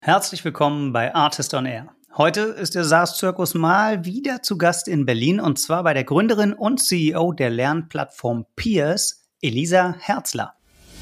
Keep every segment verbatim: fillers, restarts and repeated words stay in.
Herzlich willkommen bei Artist on Air. Heute ist der SaaS-Zirkus mal wieder zu Gast in Berlin und zwar bei der Gründerin und C E O der Lernplattform Peers, Elisa Herzler.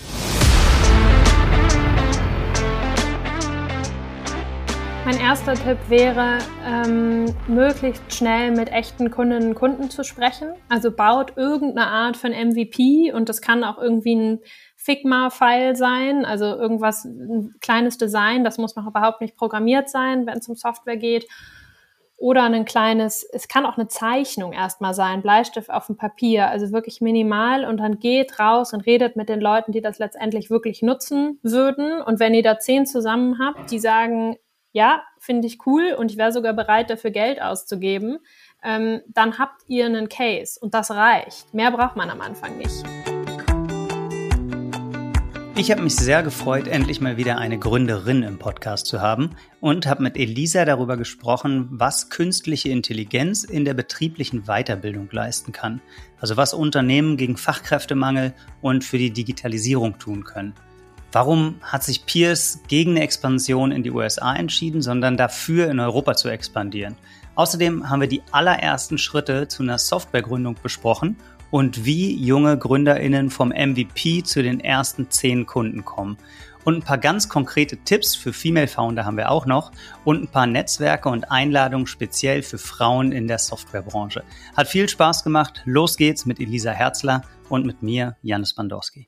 Mein erster Tipp wäre, ähm, möglichst schnell mit echten Kundinnen und Kunden zu sprechen. Also baut irgendeine Art von M V P und das kann auch irgendwie ein Figma-File sein, also irgendwas, ein kleines Design, das muss noch überhaupt nicht programmiert sein, wenn es um Software geht. Oder ein kleines, es kann auch eine Zeichnung erstmal sein, Bleistift auf dem Papier, also wirklich minimal und dann geht raus und redet mit den Leuten, die das letztendlich wirklich nutzen würden. Und wenn ihr da zehn zusammen habt, die sagen, ja, finde ich cool und ich wäre sogar bereit, dafür Geld auszugeben, ähm, dann habt ihr einen Case und das reicht. Mehr braucht man am Anfang nicht. Ich habe mich sehr gefreut, endlich mal wieder eine Gründerin im Podcast zu haben und habe mit Elisa darüber gesprochen, was künstliche Intelligenz in der betrieblichen Weiterbildung leisten kann. Also was Unternehmen gegen Fachkräftemangel und für die Digitalisierung tun können. Warum hat sich Peers gegen eine Expansion in die U S A entschieden, sondern dafür in Europa zu expandieren? Außerdem haben wir die allerersten Schritte zu einer Softwaregründung besprochen und wie junge GründerInnen vom M V P zu den ersten zehn Kunden kommen. Und ein paar ganz konkrete Tipps für Female Founder haben wir auch noch und ein paar Netzwerke und Einladungen speziell für Frauen in der Softwarebranche. Hat viel Spaß gemacht. Los geht's mit Elisa Herzler und mit mir, Janis Bandorski.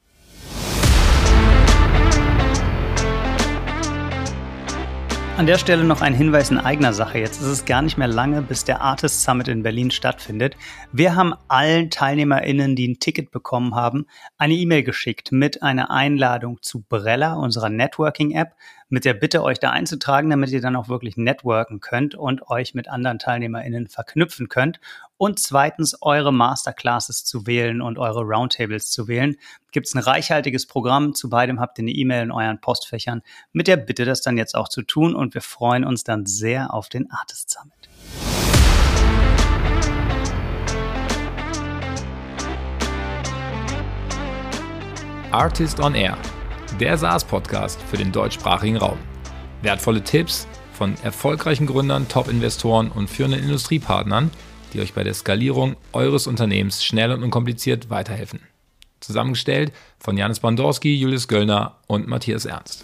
An der Stelle noch ein Hinweis in eigener Sache. Jetzt ist es gar nicht mehr lange, bis der Artist Summit in Berlin stattfindet. Wir haben allen TeilnehmerInnen, die ein Ticket bekommen haben, eine E-Mail geschickt mit einer Einladung zu Brella, unserer Networking-App, mit der Bitte, euch da einzutragen, damit ihr dann auch wirklich networken könnt und euch mit anderen TeilnehmerInnen verknüpfen könnt. Und zweitens, eure Masterclasses zu wählen und eure Roundtables zu wählen. Gibt es ein reichhaltiges Programm. Zu beidem habt ihr eine E-Mail in euren Postfächern mit der Bitte, das dann jetzt auch zu tun. Und wir freuen uns dann sehr auf den Artist Summit. Artist on Air, der SaaS-Podcast für den deutschsprachigen Raum. Wertvolle Tipps von erfolgreichen Gründern, Top-Investoren und führenden Industriepartnern, die euch bei der Skalierung eures Unternehmens schnell und unkompliziert weiterhelfen. Zusammengestellt von Janis Bandorski, Julius Göllner und Matthias Ernst.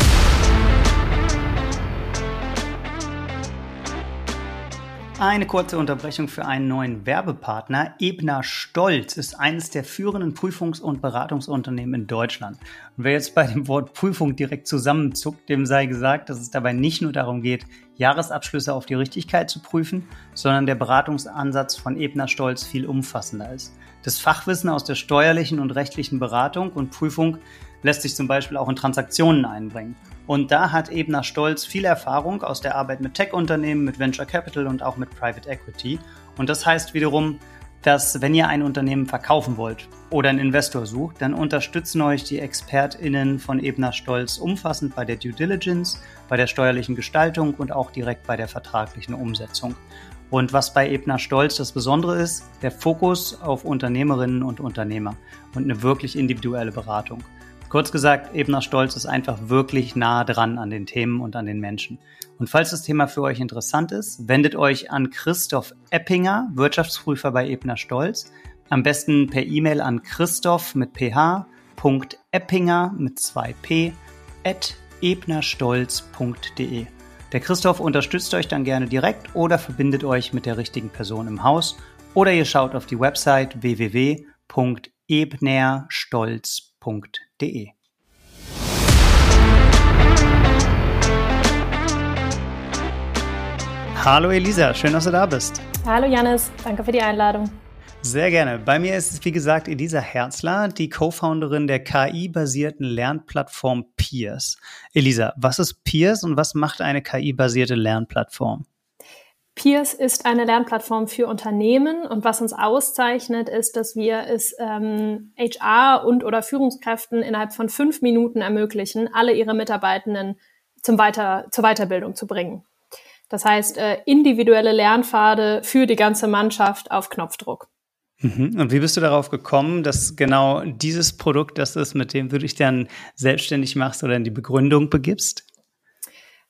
Eine kurze Unterbrechung für einen neuen Werbepartner. Ebner Stolz ist eines der führenden Prüfungs- und Beratungsunternehmen in Deutschland. Und wer jetzt bei dem Wort Prüfung direkt zusammenzuckt, dem sei gesagt, dass es dabei nicht nur darum geht, Jahresabschlüsse auf die Richtigkeit zu prüfen, sondern der Beratungsansatz von Ebner Stolz viel umfassender ist. Das Fachwissen aus der steuerlichen und rechtlichen Beratung und Prüfung lässt sich zum Beispiel auch in Transaktionen einbringen. Und da hat Ebner Stolz viel Erfahrung aus der Arbeit mit Tech-Unternehmen, mit Venture Capital und auch mit Private Equity. Und das heißt wiederum, dass wenn ihr ein Unternehmen verkaufen wollt oder einen Investor sucht, dann unterstützen euch die ExpertInnen von Ebner Stolz umfassend bei der Due Diligence, bei der steuerlichen Gestaltung und auch direkt bei der vertraglichen Umsetzung. Und was bei Ebner Stolz das Besondere ist, der Fokus auf Unternehmerinnen und Unternehmer und eine wirklich individuelle Beratung. Kurz gesagt, Ebner Stolz ist einfach wirklich nah dran an den Themen und an den Menschen. Und falls das Thema für euch interessant ist, wendet euch an Christoph Eppinger, Wirtschaftsprüfer bei Ebner Stolz. Am besten per E-Mail an Christoph mit ph.eppinger mit zwei p at ebnerstolz punkt de. Der Christoph unterstützt euch dann gerne direkt oder verbindet euch mit der richtigen Person im Haus. Oder ihr schaut auf die Website w w w punkt ebnerstolz punkt de. Hallo Elisa, schön, dass du da bist. Hallo Janis, danke für die Einladung. Sehr gerne. Bei mir ist es, wie gesagt, Elisa Herzler, die Co-Founderin der K I-basierten Lernplattform Peers. Elisa, was ist Peers und was macht eine K I-basierte Lernplattform? Peers ist eine Lernplattform für Unternehmen und was uns auszeichnet, ist, dass wir es ähm, H R und oder Führungskräften innerhalb von fünf Minuten ermöglichen, alle ihre Mitarbeitenden zum Weiter, zur Weiterbildung zu bringen. Das heißt, äh, individuelle Lernpfade für die ganze Mannschaft auf Knopfdruck. Mhm. Und wie bist du darauf gekommen, dass genau dieses Produkt das ist, mit dem du dich dann selbstständig machst oder in die Begründung begibst?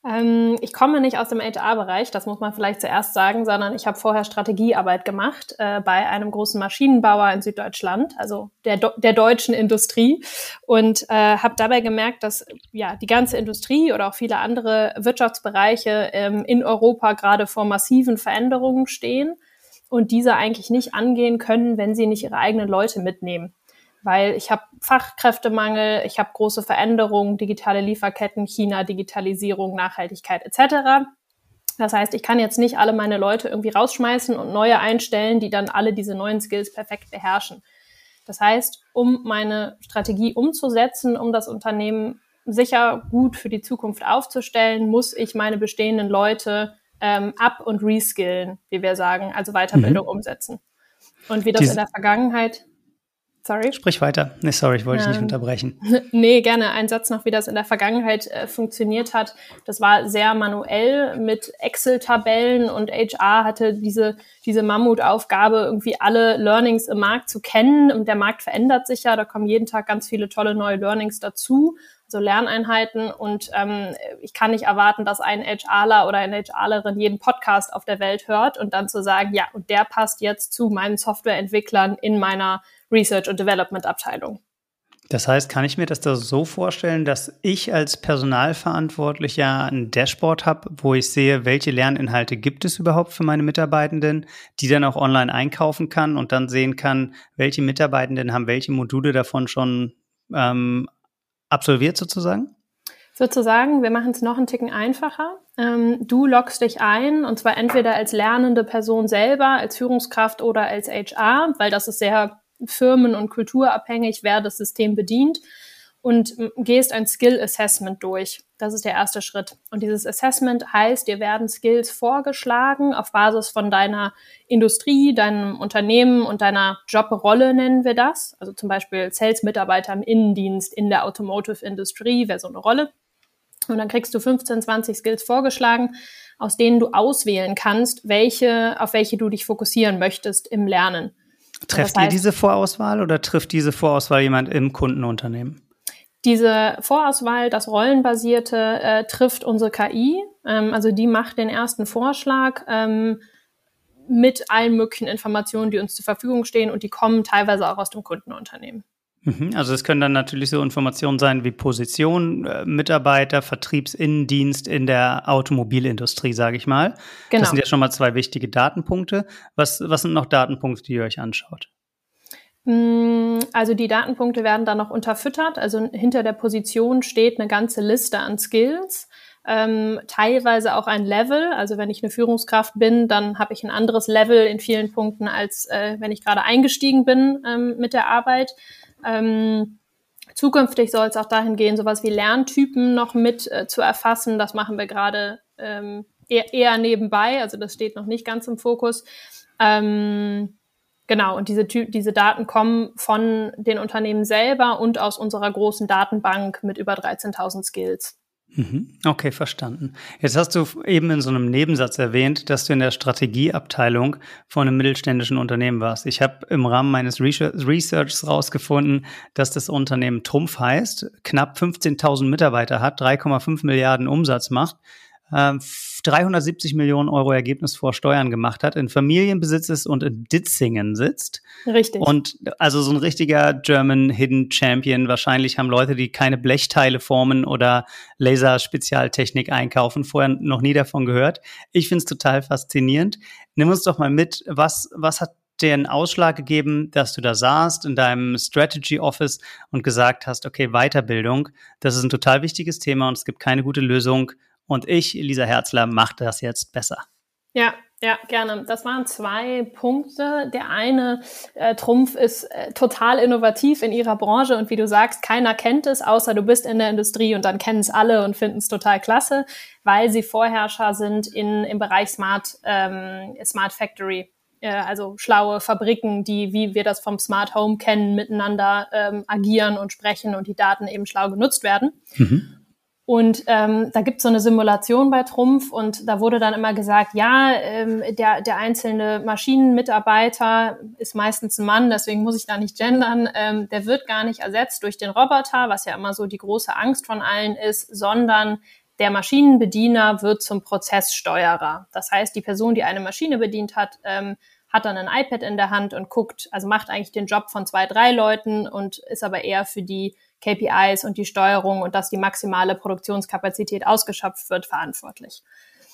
Ähm, ich komme nicht aus dem H R-Bereich, das muss man vielleicht zuerst sagen, sondern ich habe vorher Strategiearbeit gemacht äh, bei einem großen Maschinenbauer in Süddeutschland, also der, der deutschen Industrie, und äh, habe dabei gemerkt, dass ja die ganze Industrie oder auch viele andere Wirtschaftsbereiche ähm, in Europa gerade vor massiven Veränderungen stehen und diese eigentlich nicht angehen können, wenn sie nicht ihre eigenen Leute mitnehmen. Weil ich habe Fachkräftemangel, ich habe große Veränderungen, digitale Lieferketten, China, Digitalisierung, Nachhaltigkeit et cetera. Das heißt, ich kann jetzt nicht alle meine Leute irgendwie rausschmeißen und neue einstellen, die dann alle diese neuen Skills perfekt beherrschen. Das heißt, um meine Strategie umzusetzen, um das Unternehmen sicher gut für die Zukunft aufzustellen, muss ich meine bestehenden Leute ähm, up- und reskillen, wie wir sagen, also Weiterbildung mhm. umsetzen. Und wie das Dies- in der Vergangenheit... Sorry. Sprich weiter. Nee, sorry, ich wollte dich ähm, nicht unterbrechen. Nee, gerne. Ein Satz noch, wie das in der Vergangenheit äh, funktioniert hat. Das war sehr manuell mit Excel-Tabellen und H R hatte diese diese Mammutaufgabe, irgendwie alle Learnings im Markt zu kennen. Und der Markt verändert sich ja, da kommen jeden Tag ganz viele tolle neue Learnings dazu, also Lerneinheiten. Und ähm, ich kann nicht erwarten, dass ein HRler oder eine HRlerin jeden Podcast auf der Welt hört und dann zu sagen, ja, und der passt jetzt zu meinen Softwareentwicklern in meiner Research- und Development-Abteilung. Das heißt, kann ich mir das da so vorstellen, dass ich als Personalverantwortlicher ein Dashboard habe, wo ich sehe, welche Lerninhalte gibt es überhaupt für meine Mitarbeitenden, die dann auch online einkaufen kann und dann sehen kann, welche Mitarbeitenden haben welche Module davon schon ähm, absolviert sozusagen? Sozusagen, wir machen es noch einen Ticken einfacher. Ähm, du loggst dich ein, und zwar entweder als lernende Person selber, als Führungskraft oder als H R, weil das ist sehr firmen- und kulturabhängig, wer das System bedient, und gehst ein Skill-Assessment durch. Das ist der erste Schritt. Und dieses Assessment heißt, dir werden Skills vorgeschlagen auf Basis von deiner Industrie, deinem Unternehmen und deiner Jobrolle, nennen wir das. Also zum Beispiel Sales-Mitarbeiter im Innendienst in der Automotive-Industrie wäre so eine Rolle. Und dann kriegst du fünfzehn, zwanzig Skills vorgeschlagen, aus denen du auswählen kannst, welche, auf welche du dich fokussieren möchtest im Lernen. Trefft ihr diese Vorauswahl oder trifft diese Vorauswahl jemand im Kundenunternehmen? Diese Vorauswahl, das Rollenbasierte, äh, trifft unsere K I. Ähm, also die macht den ersten Vorschlag ähm, mit allen möglichen Informationen, die uns zur Verfügung stehen, und die kommen teilweise auch aus dem Kundenunternehmen. Also es können dann natürlich so Informationen sein wie Position, äh, Mitarbeiter, Vertriebsinnendienst in der Automobilindustrie, sage ich mal. Genau. Das sind ja schon mal zwei wichtige Datenpunkte. Was, was sind noch Datenpunkte, die ihr euch anschaut? Also die Datenpunkte werden dann noch unterfüttert. Also hinter der Position steht eine ganze Liste an Skills. Ähm, teilweise auch ein Level. Also wenn ich eine Führungskraft bin, dann habe ich ein anderes Level in vielen Punkten, als äh, wenn ich gerade eingestiegen bin ähm, mit der Arbeit. Ähm, zukünftig soll es auch dahin gehen, sowas wie Lerntypen noch mit äh, zu erfassen. Das machen wir gerade ähm, eher, eher nebenbei, also das steht noch nicht ganz im Fokus. Ähm, genau, und diese, diese Daten kommen von den Unternehmen selber und aus unserer großen Datenbank mit über dreizehntausend Skills. Okay, verstanden. Jetzt hast du eben in so einem Nebensatz erwähnt, dass du in der Strategieabteilung von einem mittelständischen Unternehmen warst. Ich habe im Rahmen meines Researchs rausgefunden, dass das Unternehmen Trumpf heißt, knapp fünfzehntausend Mitarbeiter hat, drei Komma fünf Milliarden Umsatz macht, äh, dreihundertsiebzig Millionen Euro Ergebnis vor Steuern gemacht hat, in Familienbesitz ist und in Ditzingen sitzt. Richtig. Und also so ein richtiger German Hidden Champion. Wahrscheinlich haben Leute, die keine Blechteile formen oder Laserspezialtechnik einkaufen, vorher noch nie davon gehört. Ich finde es total faszinierend. Nimm uns doch mal mit, was, was hat dir einen Ausschlag gegeben, dass du da saßt in deinem Strategy Office und gesagt hast, okay, Weiterbildung, das ist ein total wichtiges Thema und es gibt keine gute Lösung. Und ich, Elisa Herzler, mache das jetzt besser. Ja, ja, gerne. Das waren zwei Punkte. Der eine, äh, Trumpf ist äh, total innovativ in ihrer Branche und wie du sagst, keiner kennt es, außer du bist in der Industrie und dann kennen es alle und finden es total klasse, weil sie Vorherrscher sind in im Bereich Smart, ähm, Smart Factory. Also schlaue Fabriken, die, wie wir das vom Smart Home kennen, miteinander ähm, agieren und sprechen und die Daten eben schlau genutzt werden. Mhm. Und ähm, da gibt es so eine Simulation bei Trumpf und da wurde dann immer gesagt, ja, ähm, der, der einzelne Maschinenmitarbeiter ist meistens ein Mann, deswegen muss ich da nicht gendern, ähm, der wird gar nicht ersetzt durch den Roboter, was ja immer so die große Angst von allen ist, sondern der Maschinenbediener wird zum Prozesssteuerer. Das heißt, die Person, die eine Maschine bedient hat, ähm, hat dann ein iPad in der Hand und guckt, also macht eigentlich den Job von zwei, drei Leuten und ist aber eher für die K P Is und die Steuerung und dass die maximale Produktionskapazität ausgeschöpft wird, verantwortlich.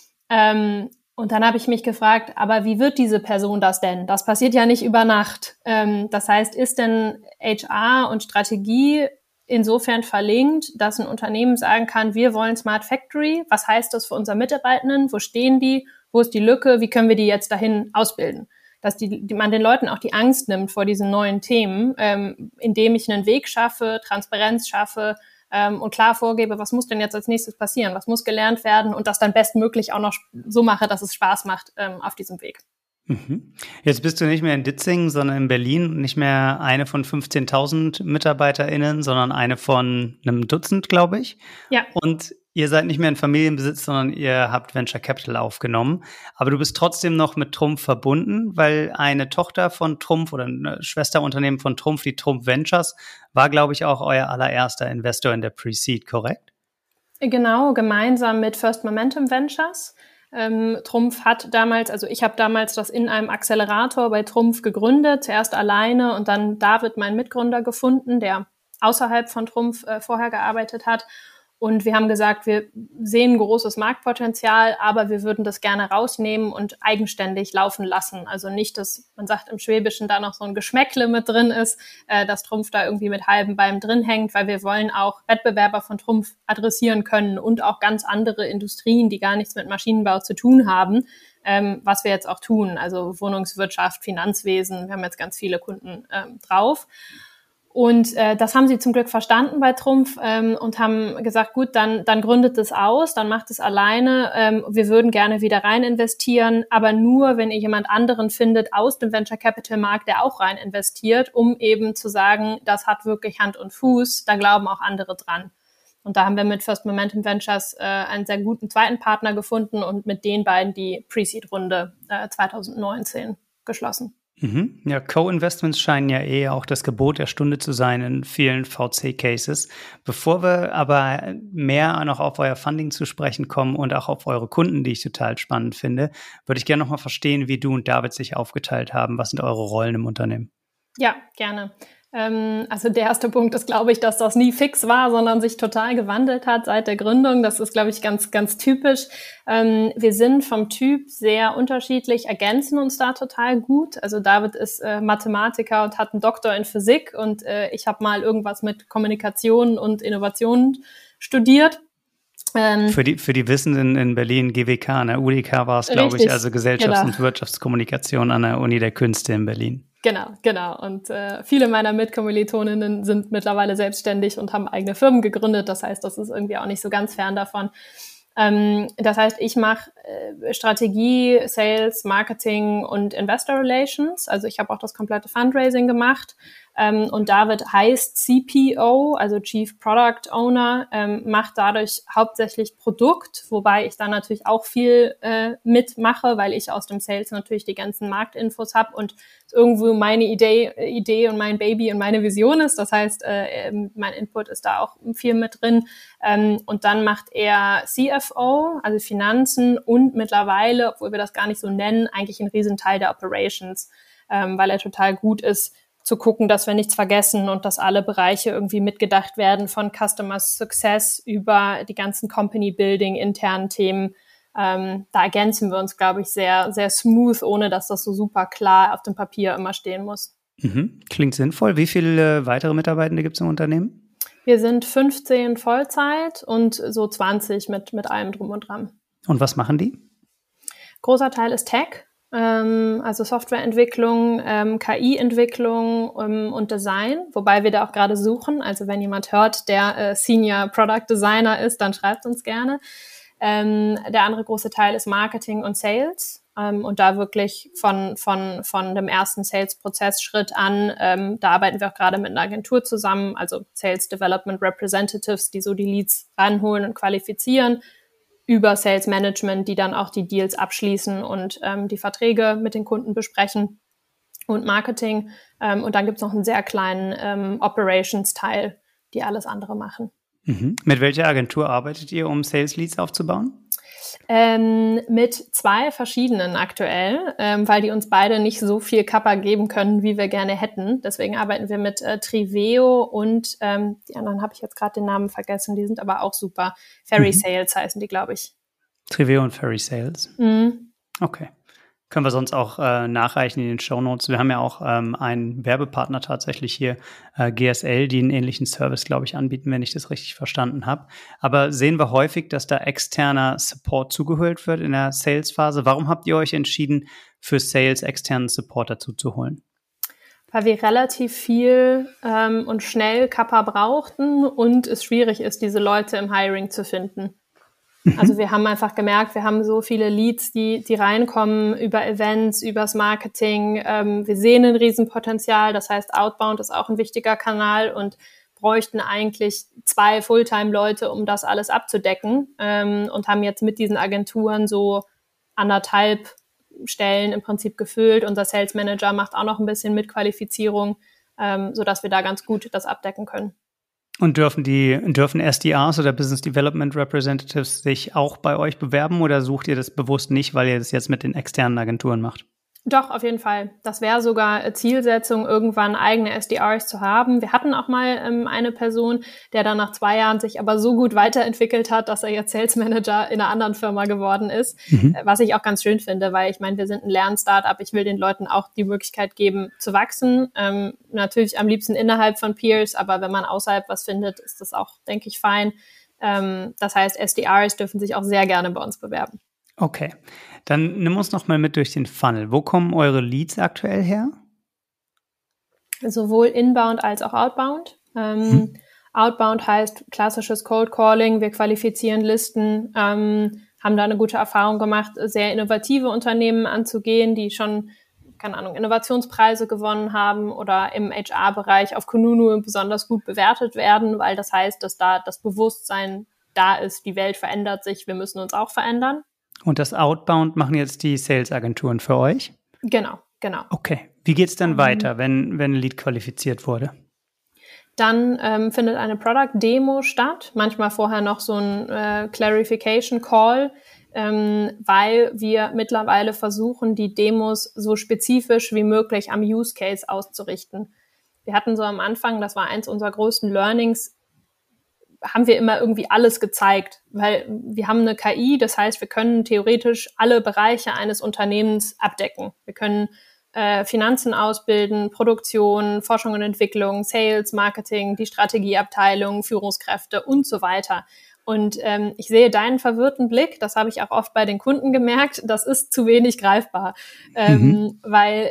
Ähm, und dann habe ich mich gefragt, aber wie wird diese Person das denn? Das passiert ja nicht über Nacht. Ähm, das heißt, ist denn H R und Strategie insofern verlinkt, dass ein Unternehmen sagen kann, wir wollen Smart Factory. Was heißt das für unsere Mitarbeitenden? Wo stehen die? Wo ist die Lücke? Wie können wir die jetzt dahin ausbilden? Dass die, die, man den Leuten auch die Angst nimmt vor diesen neuen Themen, ähm, indem ich einen Weg schaffe, Transparenz schaffe ähm, und klar vorgebe, was muss denn jetzt als nächstes passieren? Was muss gelernt werden? Und das dann bestmöglich auch noch so mache, dass es Spaß macht ähm, auf diesem Weg. Mhm. Jetzt bist du nicht mehr in Ditzingen, sondern in Berlin. Nicht mehr eine von fünfzehntausend MitarbeiterInnen, sondern eine von einem Dutzend, glaube ich. Ja. Und ihr seid nicht mehr in Familienbesitz, sondern ihr habt Venture Capital aufgenommen. Aber du bist trotzdem noch mit Trumpf verbunden, weil eine Tochter von Trumpf oder ein Schwesterunternehmen von Trumpf, die Trumpf Ventures, war, glaube ich, auch euer allererster Investor in der Pre-Seed, korrekt? Genau, gemeinsam mit First Momentum Ventures. Ähm, Trumpf hat damals, also ich habe damals das in einem Accelerator bei Trumpf gegründet, zuerst alleine und dann David, mein Mitgründer, gefunden, der außerhalb von Trumpf äh, vorher gearbeitet hat. Und wir haben gesagt, wir sehen ein großes Marktpotenzial, aber wir würden das gerne rausnehmen und eigenständig laufen lassen. Also nicht, dass, man sagt im Schwäbischen, da noch so ein Geschmäckle mit drin ist, äh, dass Trumpf da irgendwie mit halbem Bein drin hängt, weil wir wollen auch Wettbewerber von Trumpf adressieren können und auch ganz andere Industrien, die gar nichts mit Maschinenbau zu tun haben, ähm, was wir jetzt auch tun. Also Wohnungswirtschaft, Finanzwesen, wir haben jetzt ganz viele Kunden ähm, drauf. Und äh, das haben sie zum Glück verstanden bei Trumpf ähm, und haben gesagt, gut, dann dann gründet es aus, dann macht es alleine. Ähm, wir würden gerne wieder rein investieren, aber nur, wenn ihr jemand anderen findet aus dem Venture Capital Markt, der auch rein investiert, um eben zu sagen, das hat wirklich Hand und Fuß, da glauben auch andere dran. Und da haben wir mit First Momentum Ventures äh, einen sehr guten zweiten Partner gefunden und mit den beiden die Pre-Seed-Runde äh, zwanzig neunzehn geschlossen. Mhm. Ja, Co-Investments scheinen ja eh auch das Gebot der Stunde zu sein in vielen V C-Cases. Bevor wir aber mehr noch auf euer Funding zu sprechen kommen und auch auf eure Kunden, die ich total spannend finde, würde ich gerne noch mal verstehen, wie du und David sich aufgeteilt haben. Was sind eure Rollen im Unternehmen? Ja, gerne. Also der erste Punkt ist, glaube ich, dass das nie fix war, sondern sich total gewandelt hat seit der Gründung. Das ist, glaube ich, ganz, ganz typisch. Wir sind vom Typ sehr unterschiedlich, ergänzen uns da total gut. Also David ist Mathematiker und hat einen Doktor in Physik und ich habe mal irgendwas mit Kommunikation und Innovation studiert. Ähm, für die für die Wissenden in Berlin, G W K, an der U D K war es, glaube ich, also Gesellschafts- genau. und Wirtschaftskommunikation an der Uni der Künste in Berlin. Genau, genau. Und äh, viele meiner Mitkommilitoninnen sind mittlerweile selbstständig und haben eigene Firmen gegründet. Das heißt, das ist irgendwie auch nicht so ganz fern davon. Ähm, das heißt, ich mache äh, Strategie, Sales, Marketing und Investor Relations. Also ich habe auch das komplette Fundraising gemacht. Ähm, und David heißt C P O, also Chief Product Owner, ähm, macht dadurch hauptsächlich Produkt, wobei ich da natürlich auch viel äh, mitmache, weil ich aus dem Sales natürlich die ganzen Marktinfos habe und irgendwo meine Idee, Idee und mein Baby und meine Vision ist. Das heißt, äh, mein Input ist da auch viel mit drin. Ähm, und dann macht er C F O, also Finanzen und mittlerweile, obwohl wir das gar nicht so nennen, eigentlich ein Riesenteil der Operations, ähm, weil er total gut ist, zu gucken, dass wir nichts vergessen und dass alle Bereiche irgendwie mitgedacht werden, von Customer Success über die ganzen Company Building, internen Themen. Ähm, da ergänzen wir uns, glaube ich, sehr, sehr smooth, ohne dass das so super klar auf dem Papier immer stehen muss. Mhm. Klingt sinnvoll. Wie viele weitere Mitarbeitende gibt es im Unternehmen? Wir sind fünfzehn Vollzeit und so zwanzig mit, mit allem drum und dran. Und was machen die? Großer Teil ist Tech. Also Softwareentwicklung, ähm, K I-Entwicklung ähm, und Design, wobei wir da auch gerade suchen. Also wenn jemand hört, der äh, Senior Product Designer ist, dann schreibt uns gerne. Ähm, der andere große Teil ist Marketing und Sales ähm, und da wirklich von von von dem ersten Sales-Prozessschritt an, ähm, da arbeiten wir auch gerade mit einer Agentur zusammen, also Sales Development Representatives, die so die Leads ranholen und qualifizieren, über Sales Management, die dann auch die Deals abschließen und ähm, die Verträge mit den Kunden besprechen und Marketing. Ähm, und dann gibt's noch einen sehr kleinen ähm, Operations-Teil, die alles andere machen. Mhm. Mit welcher Agentur arbeitet ihr, um Sales Leads aufzubauen? Ähm, mit zwei verschiedenen aktuell, ähm, weil die uns beide nicht so viel Kappa geben können, wie wir gerne hätten. Deswegen arbeiten wir mit äh, Triveo und ähm, die anderen habe ich jetzt gerade den Namen vergessen, die sind aber auch super. Ferry Mhm. Sales heißen die, glaube ich. Triveo und Ferry Sales. Mhm. Okay. Können wir sonst auch äh, nachreichen in den Shownotes. Wir haben ja auch ähm, einen Werbepartner tatsächlich hier, äh, G S L, die einen ähnlichen Service, glaube ich, anbieten, wenn ich das richtig verstanden habe. Aber sehen wir häufig, dass da externer Support zugehört wird in der Sales-Phase. Warum habt ihr euch entschieden, für Sales externen Support dazu zu holen? Weil wir relativ viel ähm, und schnell Kappa brauchten und es schwierig ist, diese Leute im Hiring zu finden. Also wir haben einfach gemerkt, wir haben so viele Leads, die die reinkommen über Events, übers Marketing. Ähm, wir sehen ein Riesenpotenzial, das heißt Outbound ist auch ein wichtiger Kanal und bräuchten eigentlich zwei Fulltime-Leute, um das alles abzudecken ähm, und haben jetzt mit diesen Agenturen so anderthalb Stellen im Prinzip gefüllt. Unser Sales Manager macht auch noch ein bisschen Mitqualifizierung, ähm, sodass wir da ganz gut das abdecken können. Und dürfen die, dürfen S D Rs oder Business Development Representatives sich auch bei euch bewerben oder sucht ihr das bewusst nicht, weil ihr das jetzt mit den externen Agenturen macht? Doch, auf jeden Fall. Das wäre sogar Zielsetzung, irgendwann eigene S D Rs zu haben. Wir hatten auch mal ähm, eine Person, der dann nach zwei Jahren sich aber so gut weiterentwickelt hat, dass er jetzt Sales Manager in einer anderen Firma geworden ist, mhm. äh, was ich auch ganz schön finde, weil ich meine, wir sind ein Lern-Startup. Ich will den Leuten auch die Möglichkeit geben, zu wachsen. Ähm, natürlich am liebsten innerhalb von Peers, aber wenn man außerhalb was findet, ist das auch, denke ich, fein. Ähm, das heißt, S D Rs dürfen sich auch sehr gerne bei uns bewerben. Okay, dann nimm uns noch mal mit durch den Funnel. Wo kommen eure Leads aktuell her? Sowohl inbound als auch outbound. Ähm, hm. Outbound heißt klassisches Cold Calling. Wir qualifizieren Listen, ähm, haben da eine gute Erfahrung gemacht, sehr innovative Unternehmen anzugehen, die schon, keine Ahnung, Innovationspreise gewonnen haben oder im H R-Bereich auf Kununu besonders gut bewertet werden, weil das heißt, dass da das Bewusstsein da ist, die Welt verändert sich, wir müssen uns auch verändern. Und das Outbound machen jetzt die Sales-Agenturen für euch? Genau, genau. Okay. Wie geht's dann um, weiter, wenn, wenn ein Lead qualifiziert wurde? Dann ähm, findet eine Product-Demo statt, manchmal vorher noch so ein äh, Clarification-Call, ähm, weil wir mittlerweile versuchen, die Demos so spezifisch wie möglich am Use-Case auszurichten. Wir hatten so am Anfang, das war eins unserer größten Learnings, haben wir immer irgendwie alles gezeigt, weil wir haben eine K I, das heißt, wir können theoretisch alle Bereiche eines Unternehmens abdecken. Wir können äh, Finanzen ausbilden, Produktion, Forschung und Entwicklung, Sales, Marketing, die Strategieabteilung, Führungskräfte und so weiter. Und ähm, ich sehe deinen verwirrten Blick, das habe ich auch oft bei den Kunden gemerkt, das ist zu wenig greifbar, ähm, mhm. weil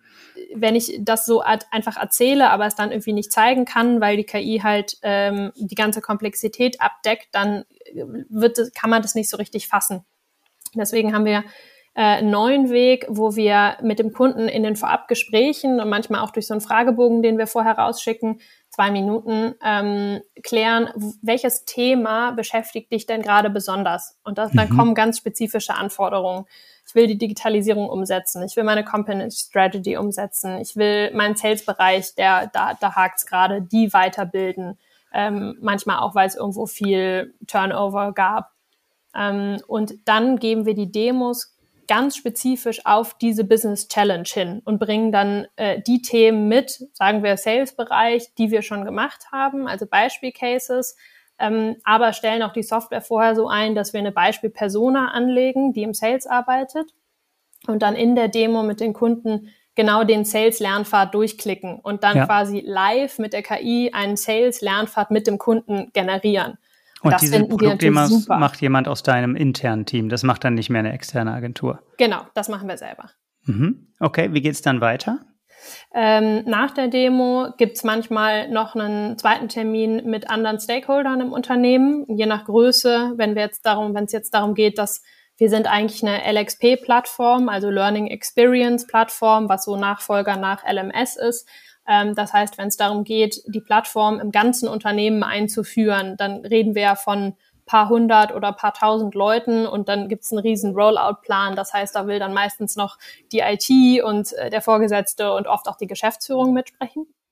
wenn ich das so einfach erzähle, aber es dann irgendwie nicht zeigen kann, weil die K I halt ähm, die ganze Komplexität abdeckt, dann wird, kann man das nicht so richtig fassen. Deswegen haben wir äh, einen neuen Weg, wo wir mit dem Kunden in den Vorabgesprächen und manchmal auch durch so einen Fragebogen, den wir vorher rausschicken, zwei Minuten, ähm, klären, welches Thema beschäftigt dich denn gerade besonders? Und das, dann mhm. kommen ganz spezifische Anforderungen. Ich will die Digitalisierung umsetzen. Ich will meine Company Strategy umsetzen. Ich will meinen Sales-Bereich, der, da, da hakt's gerade, die weiterbilden. Ähm, manchmal auch, weil es irgendwo viel Turnover gab. Ähm, und dann geben wir die Demos ganz spezifisch auf diese Business Challenge hin und bringen dann äh, die Themen mit, sagen wir Sales-Bereich, die wir schon gemacht haben, also Beispiel-Cases, ähm, aber stellen auch die Software vorher so ein, dass wir eine Beispiel-Persona anlegen, die im Sales arbeitet und dann in der Demo mit den Kunden genau den Sales-Lernpfad durchklicken und dann ja. quasi live mit der K I einen Sales-Lernpfad mit dem Kunden generieren. Und das diese Produktdemos macht jemand aus deinem internen Team. Das macht dann nicht mehr eine externe Agentur. Genau, das machen wir selber. Mhm. Okay, wie geht's dann weiter? Ähm, nach der Demo gibt's manchmal noch einen zweiten Termin mit anderen Stakeholdern im Unternehmen, je nach Größe. Wenn wir jetzt darum, wenn es jetzt darum geht, dass wir sind eigentlich eine L X P-Plattform, also Learning Experience-Plattform, was so Nachfolger nach L M S ist. Das heißt, wenn es darum geht, die Plattform im ganzen Unternehmen einzuführen, dann reden wir ja von paar hundert oder paar tausend Leuten und dann gibt es einen riesen Rollout-Plan. Das heißt, da will dann meistens noch die I T und der Vorgesetzte und oft auch die Geschäftsführung mitsprechen.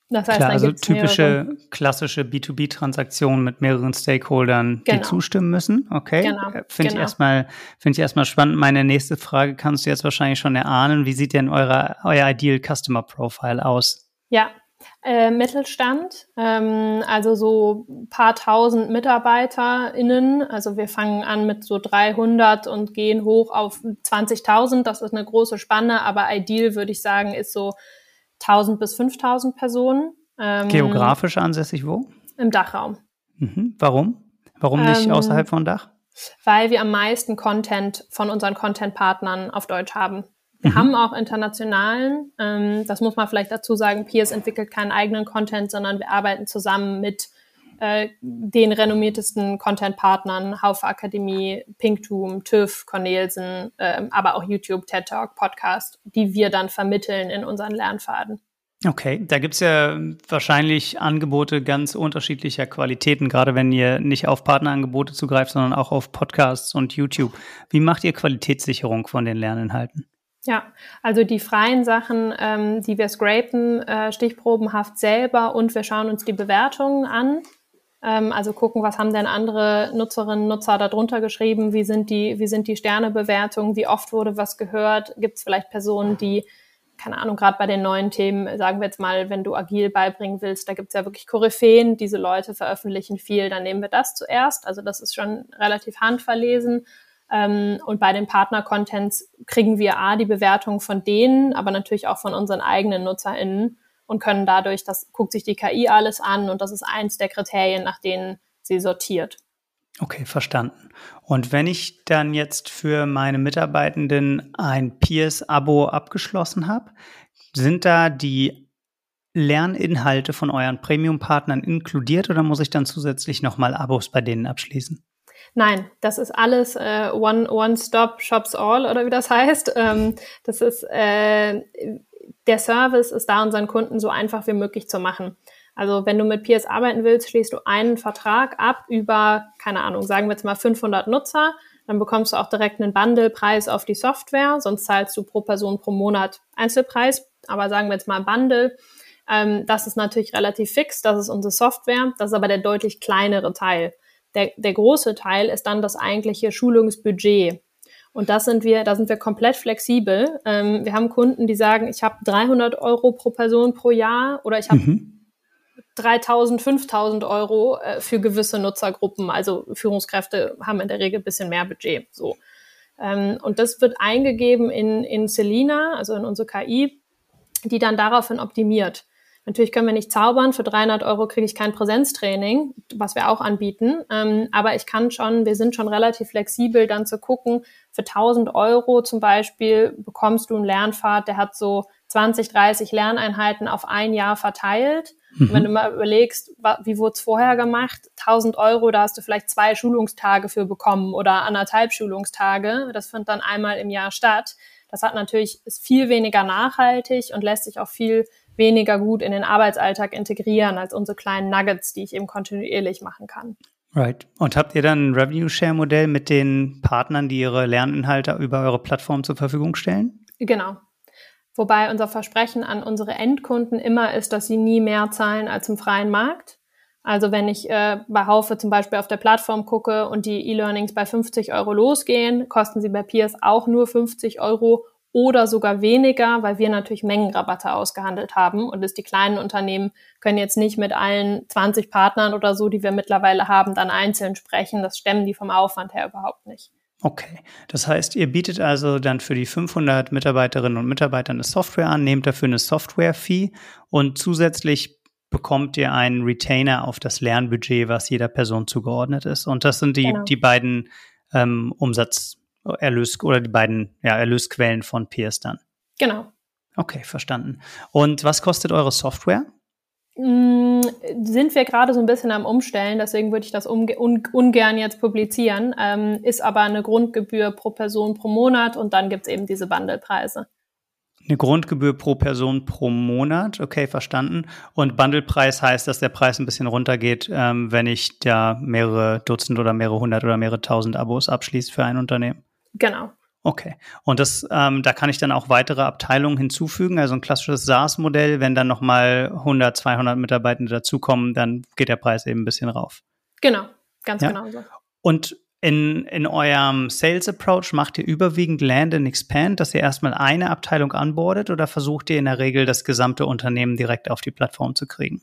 Das heißt, Klar, dann also gibt's typische mehrere. klassische B zwei B-Transaktionen mit mehreren Stakeholdern, die Genau. zustimmen müssen. Okay, Genau, Äh, finde ich genau. erstmal, finde ich erstmal spannend. Meine nächste Frage kannst du jetzt wahrscheinlich schon erahnen. Wie sieht denn eure, euer Ideal Customer Profile aus? Ja, äh, Mittelstand, ähm, also so ein paar tausend MitarbeiterInnen. Also wir fangen an mit so dreihundert und gehen hoch auf zwanzigtausend. Das ist eine große Spanne, aber ideal, würde ich sagen, ist so tausend bis fünftausend Personen. Ähm, Geografisch ansässig wo? Im Dachraum. Mhm. Warum? Warum nicht Ähm, außerhalb von Dach? Weil wir am meisten Content von unseren Content-Partnern auf Deutsch haben. Wir Mhm. haben auch internationalen, ähm, das muss man vielleicht dazu sagen, Peers entwickelt keinen eigenen Content, sondern wir arbeiten zusammen mit äh, den renommiertesten Content-Partnern, Haufe Akademie, Pinktum, TÜV, Cornelsen, äh, aber auch YouTube, TED Talk, Podcast, die wir dann vermitteln in unseren Lernpfaden. Okay, da gibt's ja wahrscheinlich Angebote ganz unterschiedlicher Qualitäten, gerade wenn ihr nicht auf Partnerangebote zugreift, sondern auch auf Podcasts und YouTube. Wie macht ihr Qualitätssicherung von den Lerninhalten? Ja, also die freien Sachen, ähm, die wir scrapen, äh, stichprobenhaft selber und wir schauen uns die Bewertungen an. Ähm, also gucken, was haben denn andere Nutzerinnen, Nutzer da drunter geschrieben, wie sind die, wie sind die Sternebewertungen, wie oft wurde was gehört, gibt es vielleicht Personen, die, keine Ahnung, gerade bei den neuen Themen, sagen wir jetzt mal, wenn du agil beibringen willst, da gibt es ja wirklich Koryphäen, diese Leute veröffentlichen viel, dann nehmen wir das zuerst. Also das ist schon relativ handverlesen. Ähm, und bei den Partner-Contents kriegen wir A, die Bewertung von denen, aber natürlich auch von unseren eigenen NutzerInnen und können dadurch, das guckt sich die K I alles an und das ist eins der Kriterien, nach denen sie sortiert. Okay, verstanden. Und wenn ich dann jetzt für meine Mitarbeitenden ein Peers-Abo abgeschlossen habe, sind da die Lerninhalte von euren Premium-Partnern inkludiert oder muss ich dann zusätzlich nochmal Abos bei denen abschließen? Nein, das ist alles äh, one, one Stop Shops All oder wie das heißt. Ähm, das ist äh, der Service ist da, unseren Kunden so einfach wie möglich zu machen. Also wenn du mit Peers arbeiten willst, schließt du einen Vertrag ab über, keine Ahnung, sagen wir jetzt mal fünfhundert Nutzer, dann bekommst du auch direkt einen Bundle-Preis auf die Software, sonst zahlst du pro Person pro Monat Einzelpreis, aber sagen wir jetzt mal Bundle. Ähm, das ist natürlich relativ fix, das ist unsere Software, das ist aber der deutlich kleinere Teil. Der, der große Teil ist dann das eigentliche Schulungsbudget. Und das sind wir, da sind wir komplett flexibel. Ähm, wir haben Kunden, die sagen, ich habe dreihundert Euro pro Person pro Jahr oder ich habe mhm. dreitausend, fünftausend Euro äh, für gewisse Nutzergruppen. Also Führungskräfte haben in der Regel ein bisschen mehr Budget. So. Ähm, und das wird eingegeben in, in Selina, also in unsere K I, die dann daraufhin optimiert. Natürlich können wir nicht zaubern, für dreihundert Euro kriege ich kein Präsenztraining, was wir auch anbieten, ähm, aber ich kann schon, wir sind schon relativ flexibel, dann zu gucken, für tausend Euro zum Beispiel bekommst du einen Lernpfad, der hat so zwanzig, dreißig Lerneinheiten auf ein Jahr verteilt. Mhm. Und wenn du mal überlegst, wie wurde es vorher gemacht, tausend Euro, da hast du vielleicht zwei Schulungstage für bekommen oder anderthalb Schulungstage, das findet dann einmal im Jahr statt. Das hat natürlich, ist viel weniger nachhaltig und lässt sich auch viel weniger gut in den Arbeitsalltag integrieren als unsere kleinen Nuggets, die ich eben kontinuierlich machen kann. Right. Und habt ihr dann ein Revenue-Share-Modell mit den Partnern, die ihre Lerninhalte über eure Plattform zur Verfügung stellen? Genau. Wobei unser Versprechen an unsere Endkunden immer ist, dass sie nie mehr zahlen als im freien Markt. Also wenn ich äh, bei Haufe zum Beispiel auf der Plattform gucke und die E-Learnings bei fünfzig Euro losgehen, kosten sie bei Peers auch nur fünfzig Euro oder sogar weniger, weil wir natürlich Mengenrabatte ausgehandelt haben und es die kleinen Unternehmen können jetzt nicht mit allen zwanzig Partnern oder so, die wir mittlerweile haben, dann einzeln sprechen. Das stemmen die vom Aufwand her überhaupt nicht. Okay, das heißt, ihr bietet also dann für die fünfhundert Mitarbeiterinnen und Mitarbeiter eine Software an, nehmt dafür eine Software-Fee und zusätzlich bekommt ihr einen Retainer auf das Lernbudget, was jeder Person zugeordnet ist. Und das sind die, genau. die beiden ähm, Umsatz Erlös oder die beiden ja, Erlösquellen von Peers dann. Genau. Okay, verstanden. Und was kostet eure Software? Mm, sind wir gerade so ein bisschen am Umstellen, deswegen würde ich das umge- un- ungern jetzt publizieren. Ähm, ist aber eine Grundgebühr pro Person pro Monat und dann gibt es eben diese Bundlepreise. Eine Grundgebühr pro Person pro Monat, okay, verstanden. Und Bundlepreis heißt, dass der Preis ein bisschen runtergeht, ähm, wenn ich da mehrere Dutzend oder mehrere hundert oder mehrere tausend Abos abschließe für ein Unternehmen. Genau. Okay. Und das, ähm, da kann ich dann auch weitere Abteilungen hinzufügen, also ein klassisches SaaS-Modell, wenn dann nochmal hundert, zweihundert Mitarbeitende dazukommen, dann geht der Preis eben ein bisschen rauf. Genau, ganz ja? genau so. Und in, in eurem Sales-Approach macht ihr überwiegend Land and Expand, dass ihr erstmal eine Abteilung onboardet oder versucht ihr in der Regel das gesamte Unternehmen direkt auf die Plattform zu kriegen?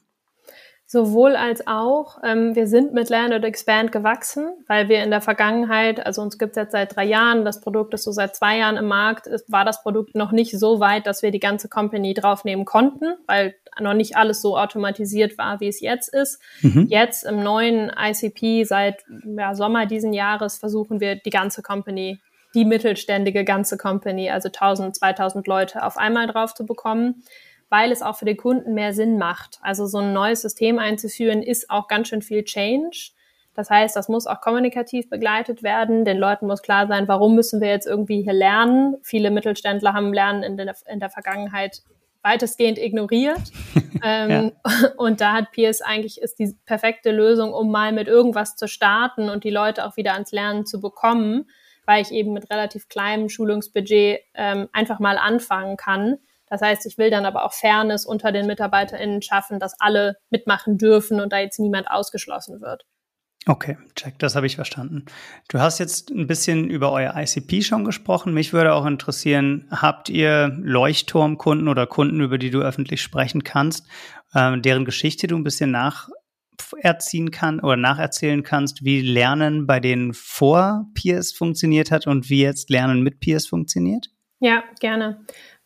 Sowohl als auch. Ähm, wir sind mit Land and Expand gewachsen, weil wir in der Vergangenheit, also uns gibt es jetzt seit drei Jahren, das Produkt ist so seit zwei Jahren im Markt, ist, war das Produkt noch nicht so weit, dass wir die ganze Company draufnehmen konnten, weil noch nicht alles so automatisiert war, wie es jetzt ist. Mhm. Jetzt im neuen I C P seit ja, Sommer diesen Jahres versuchen wir die ganze Company, die mittelständige ganze Company, also tausend, zweitausend Leute auf einmal drauf zu bekommen, weil es auch für den Kunden mehr Sinn macht. Also so ein neues System einzuführen, ist auch ganz schön viel Change. Das heißt, das muss auch kommunikativ begleitet werden. Den Leuten muss klar sein, warum müssen wir jetzt irgendwie hier lernen. Viele Mittelständler haben Lernen in der, in der Vergangenheit weitestgehend ignoriert. ähm, ja. Und da hat Pierce eigentlich, ist die perfekte Lösung, um mal mit irgendwas zu starten und die Leute auch wieder ans Lernen zu bekommen, weil ich eben mit relativ kleinem Schulungsbudget ähm, einfach mal anfangen kann. Das heißt, ich will dann aber auch Fairness unter den MitarbeiterInnen schaffen, dass alle mitmachen dürfen und da jetzt niemand ausgeschlossen wird. Okay, check, das habe ich verstanden. Du hast jetzt ein bisschen über euer I C P schon gesprochen. Mich würde auch interessieren, habt ihr Leuchtturmkunden oder Kunden, über die du öffentlich sprechen kannst, äh, deren Geschichte du ein bisschen nacherziehen kannst oder nacherzählen kannst, wie Lernen bei denen vor Pierce funktioniert hat und wie jetzt Lernen mit Pierce funktioniert? Ja, gerne.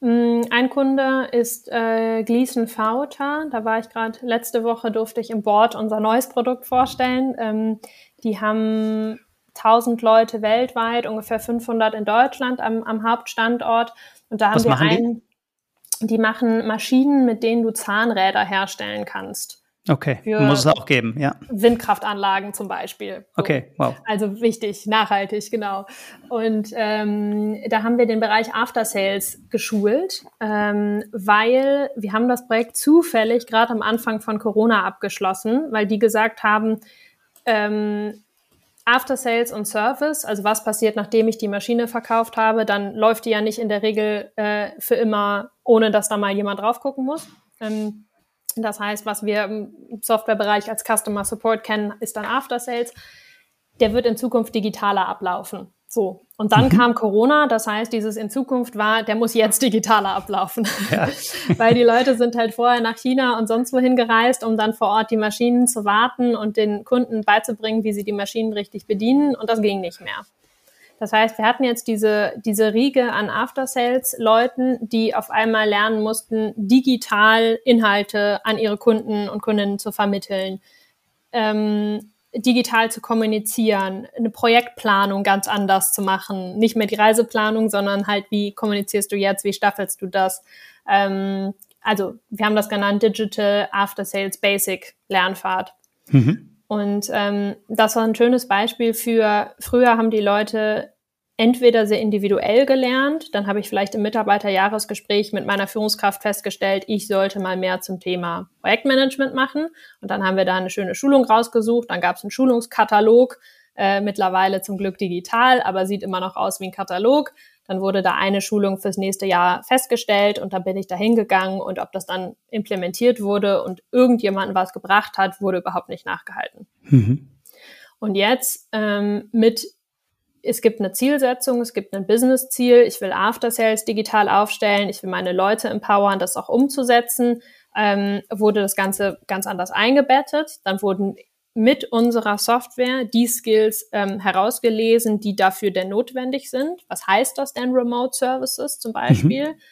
Ein Kunde ist äh, Gleason Fauter. Da war ich gerade, letzte Woche durfte ich im Board unser neues Produkt vorstellen. Ähm, die haben tausend Leute weltweit, ungefähr fünfhundert in Deutschland am, am Hauptstandort. Und da haben Was wir machen einen, die? die machen Maschinen, mit denen du Zahnräder herstellen kannst. Okay, muss es auch geben, ja. Windkraftanlagen zum Beispiel. So. Okay, wow. Also wichtig, nachhaltig, genau. Und ähm, da haben wir den Bereich After Sales geschult, ähm, weil wir haben das Projekt zufällig gerade am Anfang von Corona abgeschlossen, weil die gesagt haben, ähm, After Sales und Service, also was passiert, nachdem ich die Maschine verkauft habe, dann läuft die ja nicht in der Regel äh, für immer, ohne dass da mal jemand drauf gucken muss. Ähm, Das heißt, was wir im Softwarebereich als Customer Support kennen, ist dann After Sales. Der wird in Zukunft digitaler ablaufen. So. Und dann mhm. kam Corona. Das heißt, dieses in Zukunft war, der muss jetzt digitaler ablaufen. Ja. Weil die Leute sind halt vorher nach China und sonst wohin gereist, um dann vor Ort die Maschinen zu warten und den Kunden beizubringen, wie sie die Maschinen richtig bedienen. Und das ging nicht mehr. Das heißt, wir hatten jetzt diese, diese Riege an After-Sales-Leuten, die auf einmal lernen mussten, digital Inhalte an ihre Kunden und Kundinnen zu vermitteln, ähm, digital zu kommunizieren, eine Projektplanung ganz anders zu machen. Nicht mehr die Reiseplanung, sondern halt, wie kommunizierst du jetzt, wie staffelst du das? Ähm, also, wir haben das genannt Digital After-Sales Basic Lernfahrt. Mhm. Und ähm, das war ein schönes Beispiel für, früher haben die Leute entweder sehr individuell gelernt, dann habe ich vielleicht im Mitarbeiterjahresgespräch mit meiner Führungskraft festgestellt, ich sollte mal mehr zum Thema Projektmanagement machen. Und dann haben wir da eine schöne Schulung rausgesucht, dann gab es einen Schulungskatalog, äh, mittlerweile zum Glück digital, aber sieht immer noch aus wie ein Katalog. Dann wurde da eine Schulung fürs nächste Jahr festgestellt und dann bin ich da hingegangen und ob das dann implementiert wurde und irgendjemandem was gebracht hat, wurde überhaupt nicht nachgehalten. Mhm. Und jetzt ähm, mit, es gibt eine Zielsetzung, es gibt ein Business-Ziel, ich will After Sales digital aufstellen, ich will meine Leute empowern, das auch umzusetzen, ähm, wurde das Ganze ganz anders eingebettet. Dann wurden mit unserer Software die Skills ähm, herausgelesen, die dafür denn notwendig sind. Was heißt das denn, Remote Services zum Beispiel? Mhm.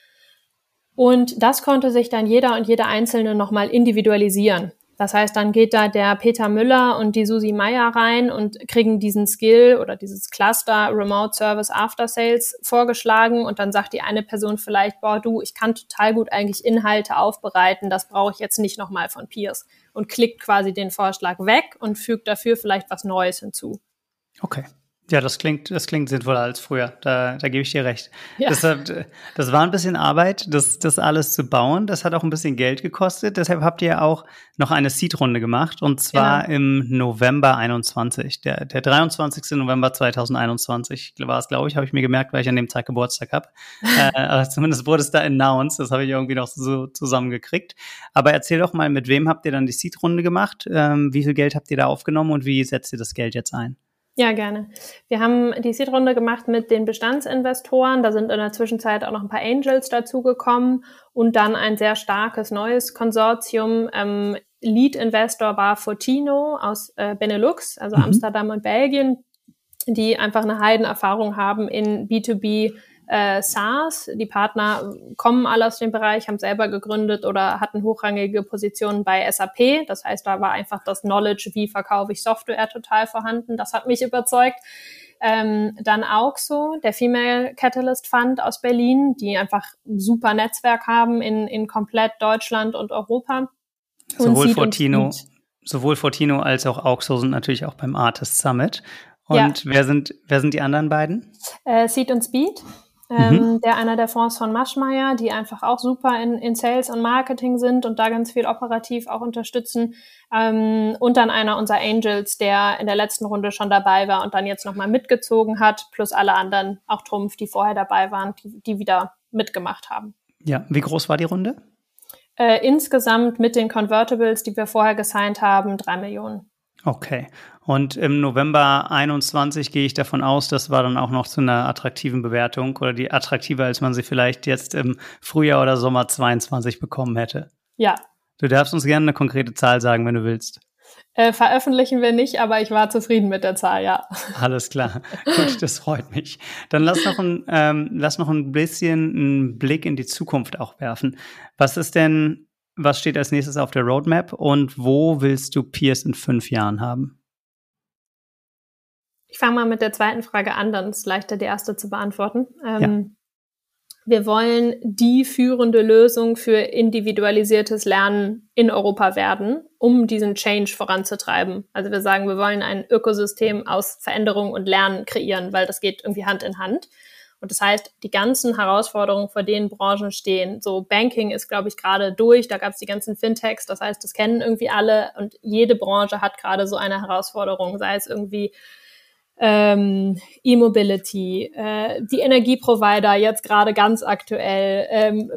Und das konnte sich dann jeder und jede Einzelne nochmal individualisieren. Das heißt, dann geht da der Peter Müller und die Susi Meier rein und kriegen diesen Skill oder dieses Cluster Remote Service After Sales vorgeschlagen und dann sagt die eine Person vielleicht, boah, du, ich kann total gut eigentlich Inhalte aufbereiten, das brauche ich jetzt nicht nochmal von Pierce. Und klickt quasi den Vorschlag weg und fügt dafür vielleicht was Neues hinzu. Okay, Ja, das klingt, das klingt sinnvoller als früher. Da, da gebe ich dir recht. Ja. Deshalb, das war ein bisschen Arbeit, das, das alles zu bauen. Das hat auch ein bisschen Geld gekostet. Deshalb habt ihr auch noch eine Seed-Runde gemacht. Und zwar Genau. im November einundzwanzig. Der, der dreiundzwanzigsten November zweitausendeinundzwanzig war es, glaube ich, habe ich mir gemerkt, weil ich an dem Tag Geburtstag habe. äh, aber zumindest wurde es da announced. Das habe ich irgendwie noch so zusammengekriegt. Aber erzähl doch mal, mit wem habt ihr dann die Seed-Runde gemacht? Ähm, wie viel Geld habt ihr da aufgenommen und wie setzt ihr das Geld jetzt ein? Ja, gerne. Wir haben die Seed-Runde gemacht mit den Bestandsinvestoren. Da sind in der Zwischenzeit auch noch ein paar Angels dazugekommen und dann ein sehr starkes neues Konsortium. Ähm, Lead-Investor war Fortino aus äh, Benelux, also mhm. Amsterdam und Belgien, die einfach eine Heidenerfahrung haben in B zwei B äh, SaaS. Die Partner kommen alle aus dem Bereich, haben selber gegründet oder hatten hochrangige Positionen bei S A P. Das heißt, da war einfach das Knowledge, wie verkaufe ich Software, total vorhanden. Das hat mich überzeugt. Ähm, dann Auxo, der Female Catalyst Fund aus Berlin, die einfach ein super Netzwerk haben in, in komplett Deutschland und Europa. Und sowohl Fortino, sowohl Fortino als auch Auxo sind natürlich auch beim Artist Summit. Und ja. wer sind, wer sind die anderen beiden? Äh, Seed und Speed. Ähm, mhm. Der einer der Fonds von Maschmeyer, die einfach auch super in, in Sales und Marketing sind und da ganz viel operativ auch unterstützen. Ähm, und dann einer unserer Angels, der in der letzten Runde schon dabei war und dann jetzt nochmal mitgezogen hat, plus alle anderen, auch Trumpf, die vorher dabei waren, die, die wieder mitgemacht haben. Ja, wie groß war die Runde? Äh, insgesamt mit den Convertibles, die wir vorher gesigned haben, drei Millionen. Okay. Und im November einundzwanzig gehe ich davon aus, das war dann auch noch zu einer attraktiven Bewertung oder die attraktiver, als man sie vielleicht jetzt im Frühjahr oder Sommer zweiundzwanzig bekommen hätte. Ja. Du darfst uns gerne eine konkrete Zahl sagen, wenn du willst. Äh, veröffentlichen wir nicht, aber ich war zufrieden mit der Zahl, ja. Alles klar. Gut, das freut mich. Dann lass noch ein, ähm, lass noch ein bisschen einen Blick in die Zukunft auch werfen. Was ist denn Was steht als nächstes auf der Roadmap und wo willst du Peers in fünf Jahren haben? Ich fange mal mit der zweiten Frage an, dann ist es leichter, die erste zu beantworten. Ähm, ja. Wir wollen die führende Lösung für individualisiertes Lernen in Europa werden, um diesen Change voranzutreiben. Also wir sagen, wir wollen ein Ökosystem aus Veränderung und Lernen kreieren, weil das geht irgendwie Hand in Hand. Und das heißt, die ganzen Herausforderungen, vor denen Branchen stehen, so Banking ist, glaube ich, gerade durch, da gab es die ganzen Fintechs, das heißt, das kennen irgendwie alle und jede Branche hat gerade so eine Herausforderung, sei es irgendwie ähm, E-Mobility, äh, die Energieprovider jetzt gerade ganz aktuell, ähm,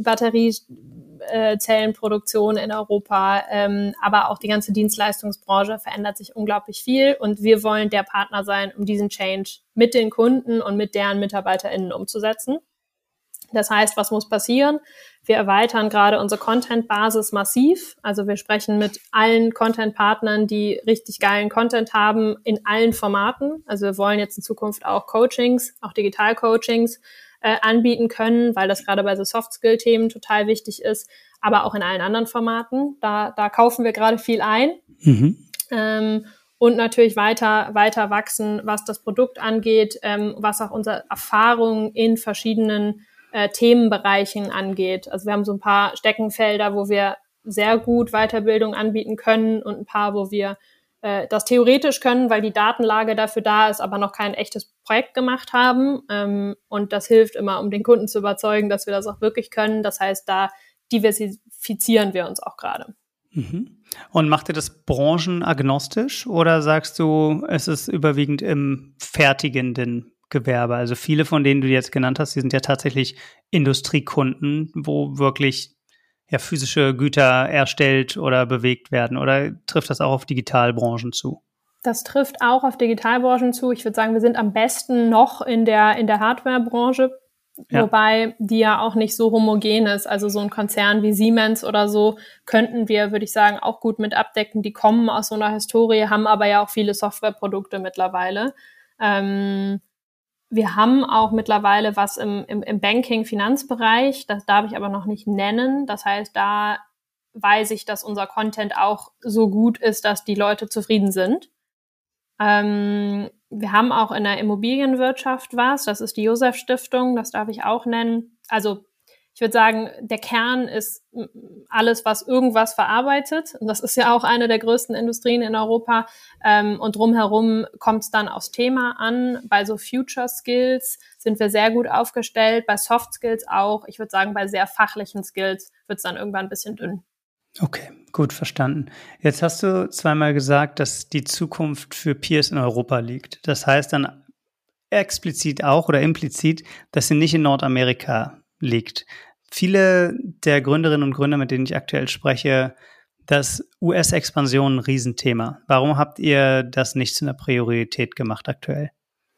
Batteriezellenproduktion in Europa, ähm, aber auch die ganze Dienstleistungsbranche verändert sich unglaublich viel und wir wollen der Partner sein, um diesen Change mit den Kunden und mit deren MitarbeiterInnen umzusetzen. Das heißt, was muss passieren? Wir erweitern gerade unsere Content-Basis massiv. Also wir sprechen mit allen Content-Partnern, die richtig geilen Content haben, in allen Formaten. Also wir wollen jetzt in Zukunft auch Coachings, auch Digital-Coachings äh, anbieten können, weil das gerade bei so Soft-Skill-Themen total wichtig ist, aber auch in allen anderen Formaten. Da, da kaufen wir gerade viel ein. Mhm. Ähm, und natürlich weiter, weiter wachsen, was das Produkt angeht, ähm, was auch unsere Erfahrungen in verschiedenen Äh, Themenbereichen angeht. Also wir haben so ein paar Steckenfelder, wo wir sehr gut Weiterbildung anbieten können und ein paar, wo wir äh, das theoretisch können, weil die Datenlage dafür da ist, aber noch kein echtes Projekt gemacht haben. Ähm, und das hilft immer, um den Kunden zu überzeugen, dass wir das auch wirklich können. Das heißt, da diversifizieren wir uns auch gerade. Mhm. Und macht ihr das branchenagnostisch oder sagst du, es ist überwiegend im fertigenden Gewerbe? Also viele von denen du jetzt genannt hast, die sind ja tatsächlich Industriekunden, wo wirklich ja physische Güter erstellt oder bewegt werden. Oder trifft das auch auf Digitalbranchen zu? Das trifft auch auf Digitalbranchen zu. Ich würde sagen, wir sind am besten noch in der in der Hardwarebranche, ja. Wobei die ja auch nicht so homogen ist. Also so ein Konzern wie Siemens oder so könnten wir, würde ich sagen, auch gut mit abdecken. Die kommen aus so einer Historie, haben aber ja auch viele Softwareprodukte mittlerweile. Ähm, Wir haben auch mittlerweile was im, im, im Banking-Finanzbereich, das darf ich aber noch nicht nennen. Das heißt, da weiß ich, dass unser Content auch so gut ist, dass die Leute zufrieden sind. Ähm, wir haben auch in der Immobilienwirtschaft was, das ist die Josef Stiftung, das darf ich auch nennen. Also Ich würde sagen, der Kern ist alles, was irgendwas verarbeitet. Und das ist ja auch eine der größten Industrien in Europa. Ähm, und drumherum kommt es dann aufs Thema an. Bei so Future Skills sind wir sehr gut aufgestellt. Bei Soft Skills auch. Ich würde sagen, bei sehr fachlichen Skills wird es dann irgendwann ein bisschen dünn. Okay, gut verstanden. Jetzt hast du zweimal gesagt, dass die Zukunft für Peers in Europa liegt. Das heißt dann explizit auch oder implizit, dass sie nicht in Nordamerika liegt. Viele der Gründerinnen und Gründer, mit denen ich aktuell spreche, dass U S-Expansion ein Riesenthema. Warum habt ihr das nicht zu einer Priorität gemacht aktuell?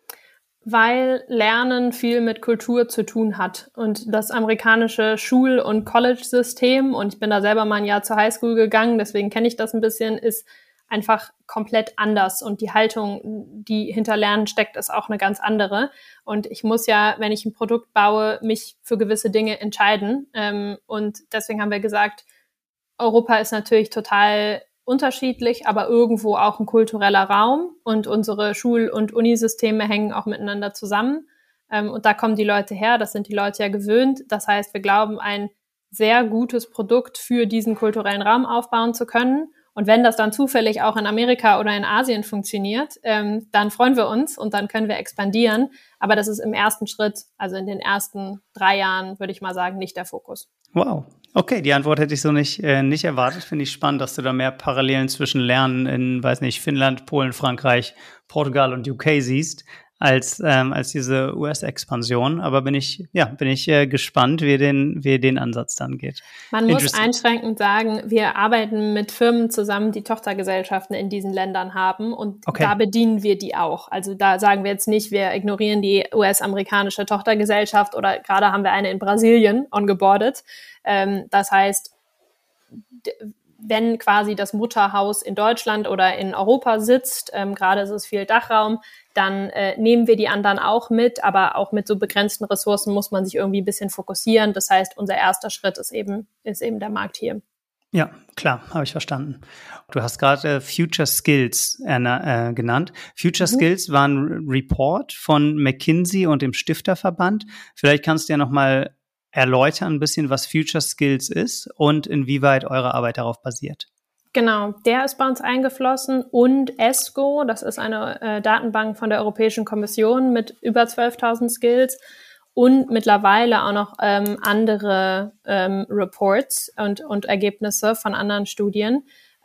Weil Lernen viel mit Kultur zu tun hat. Und das amerikanische Schul- und College-System, und ich bin da selber mal ein Jahr zur Highschool gegangen, deswegen kenne ich das ein bisschen, ist einfach komplett anders. Und die Haltung, die hinter Lernen steckt, ist auch eine ganz andere. Und ich muss ja, wenn ich ein Produkt baue, mich für gewisse Dinge entscheiden. Und deswegen haben wir gesagt, Europa ist natürlich total unterschiedlich, aber irgendwo auch ein kultureller Raum, und unsere Schul- und Unisysteme hängen auch miteinander zusammen, ähm, und da kommen die Leute her, das sind die Leute ja gewöhnt. Das heißt, wir glauben, ein sehr gutes Produkt für diesen kulturellen Raum aufbauen zu können, und wenn das dann zufällig auch in Amerika oder in Asien funktioniert, ähm, dann freuen wir uns und dann können wir expandieren, aber das ist im ersten Schritt, also in den ersten drei Jahren, würde ich mal sagen, nicht der Fokus. Wow. Okay, die Antwort hätte ich so nicht, äh, nicht erwartet. Finde ich spannend, dass du da mehr Parallelen zwischen Lernen in, weiß nicht, Finnland, Polen, Frankreich, Portugal und U K siehst, als, ähm, als diese U S-Expansion. Aber bin ich, ja, bin ich äh, gespannt, wie den, wie den Ansatz dann geht. Man muss einschränkend sagen, wir arbeiten mit Firmen zusammen, die Tochtergesellschaften in diesen Ländern haben, und okay. Da bedienen wir die auch. Also da sagen wir jetzt nicht, wir ignorieren die U S-amerikanische Tochtergesellschaft, oder gerade haben wir eine in Brasilien ongeboardet. Ähm, das heißt, d- wenn quasi das Mutterhaus in Deutschland oder in Europa sitzt, ähm, gerade ist es viel Dachraum, dann äh, nehmen wir die anderen auch mit, aber auch mit so begrenzten Ressourcen muss man sich irgendwie ein bisschen fokussieren. Das heißt, unser erster Schritt ist eben, ist eben der Markt hier. Ja, klar, habe ich verstanden. Du hast gerade äh, Future Skills äh, genannt. Future mhm. Skills war ein Report von McKinsey und dem Stifterverband. Vielleicht kannst du ja noch mal erläutern ein bisschen, was Future Skills ist und inwieweit eure Arbeit darauf basiert. Genau, der ist bei uns eingeflossen, und ESCO, das ist eine äh, Datenbank von der Europäischen Kommission mit über zwölftausend Skills, und mittlerweile auch noch ähm, andere ähm, Reports und, und Ergebnisse von anderen Studien.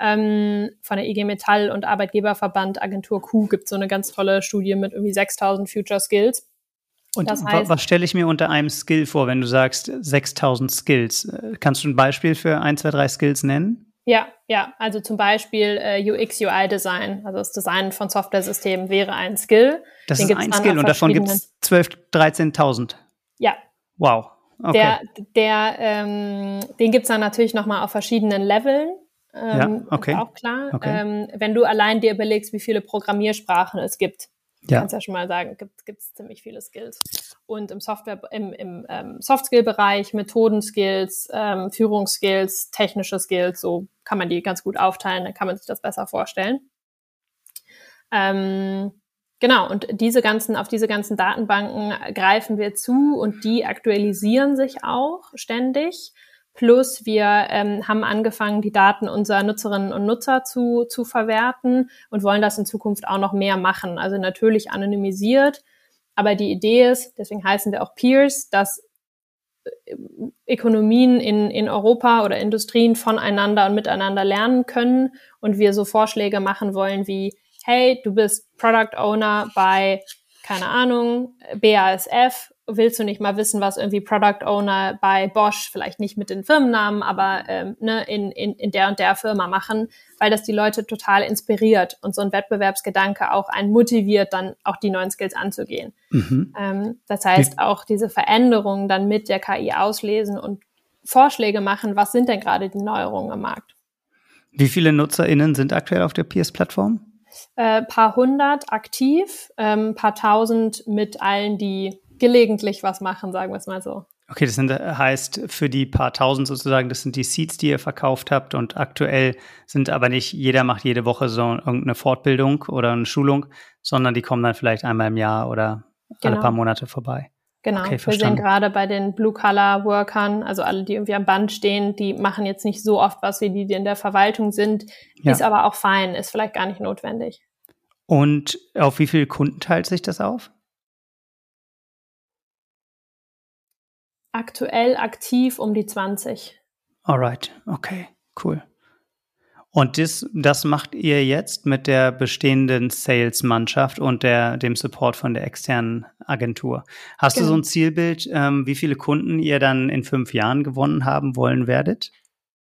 Ähm, von der I G Metall und Arbeitgeberverband Agentur Q gibt es so eine ganz tolle Studie mit irgendwie sechstausend Future Skills. Und das heißt, was stelle ich mir unter einem Skill vor, wenn du sagst sechstausend Skills? Kannst du ein Beispiel für ein, zwei, drei Skills nennen? Ja, ja. Also zum Beispiel äh, U X, U I-Design, also das Design von Software-Systemen wäre ein Skill. Das Den ist ein Skill und davon gibt es zwölftausend, dreizehntausend? Ja. Wow, okay. Der, der, ähm, den gibt es dann natürlich nochmal auf verschiedenen Leveln. Ähm, ja, okay. Ist auch klar. Okay. Ähm, wenn du allein dir überlegst, wie viele Programmiersprachen es gibt, ja. kannst ja schon mal sagen, gibt es ziemlich viele Skills. Und im Software, im, im ähm, Soft-Skill-Bereich, Methoden-Skills, ähm, Führungsskills, technische Skills, so kann man die ganz gut aufteilen, dann kann man sich das besser vorstellen. Ähm, genau, und diese ganzen, auf diese ganzen Datenbanken greifen wir zu, und die aktualisieren sich auch ständig. Plus wir ähm, haben angefangen, die Daten unserer Nutzerinnen und Nutzer zu, zu verwerten und wollen das in Zukunft auch noch mehr machen. Also natürlich anonymisiert, aber die Idee ist, deswegen heißen wir auch Peers, dass Ökonomien in, in Europa oder Industrien voneinander und miteinander lernen können, und wir so Vorschläge machen wollen wie, hey, du bist Product Owner bei, keine Ahnung, B A S F, willst du nicht mal wissen, was irgendwie Product Owner bei Bosch, vielleicht nicht mit den Firmennamen, aber ähm, ne, in, in, in der und der Firma machen, weil das die Leute total inspiriert und so ein Wettbewerbsgedanke auch einen motiviert, dann auch die neuen Skills anzugehen. Mhm. Ähm, das heißt, auch diese Veränderungen dann mit der K I auslesen und Vorschläge machen, was sind denn gerade die Neuerungen am Markt. Wie viele NutzerInnen sind aktuell auf der Peers-Plattform? Äh, paar hundert aktiv, ähm, paar tausend mit allen, die gelegentlich was machen, sagen wir es mal so. Okay, das sind, heißt für die paar tausend sozusagen, das sind die Seats, die ihr verkauft habt, und aktuell sind aber nicht, jeder macht jede Woche so irgendeine Fortbildung oder eine Schulung, sondern die kommen dann vielleicht einmal im Jahr oder genau. alle paar Monate vorbei. Genau, Okay, wir verstanden. sehen gerade bei den Blue-Collar-Workern, also alle, die irgendwie am Band stehen, die machen jetzt nicht so oft was wie die, die in der Verwaltung sind, Ja. ist aber auch fein, ist vielleicht gar nicht notwendig. Und auf wie viele Kunden teilt sich das auf? Aktuell aktiv um die zwanzig. Alright, okay, cool. Und das, das macht ihr jetzt mit der bestehenden Sales-Mannschaft und der, dem Support von der externen Agentur. Hast Genau. du so ein Zielbild, ähm, wie viele Kunden ihr dann in fünf Jahren gewonnen haben wollen werdet?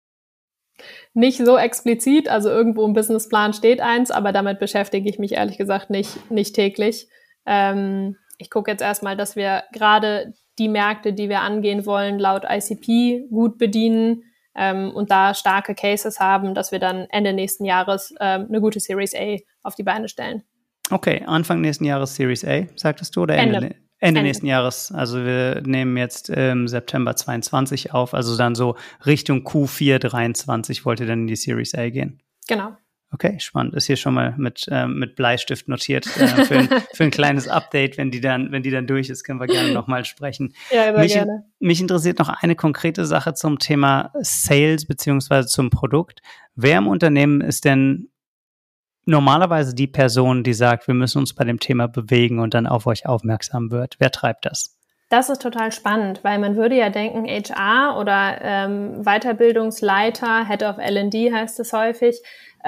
Nicht so explizit, also irgendwo im Businessplan steht eins, aber damit beschäftige ich mich ehrlich gesagt nicht, nicht täglich. Ähm, ich gucke jetzt erstmal, dass wir gerade die Märkte, die wir angehen wollen, laut I C P gut bedienen ähm, und da starke Cases haben, dass wir dann Ende nächsten Jahres ähm, eine gute Series A auf die Beine stellen. Okay, Anfang nächsten Jahres Series A, sagtest du, oder Ende? Ende. Ende, Ende. nächsten Jahres. Also wir nehmen jetzt im September zweiundzwanzig auf, also dann so Richtung Q vier dreiundzwanzig wollt ihr dann in die Series A gehen. Genau. Okay, spannend. Ist hier schon mal mit, ähm, mit Bleistift notiert äh, für, ein, für ein kleines Update. Wenn die dann, wenn die dann durch ist, können wir gerne nochmal sprechen. Ja, sehr mich, gerne. Mich interessiert noch eine konkrete Sache zum Thema Sales beziehungsweise zum Produkt. Wer im Unternehmen ist denn normalerweise die Person, die sagt, wir müssen uns bei dem Thema bewegen und dann auf euch aufmerksam wird? Wer treibt das? Das ist total spannend, weil man würde ja denken, H R oder ähm, Weiterbildungsleiter, Head of L and D heißt es häufig.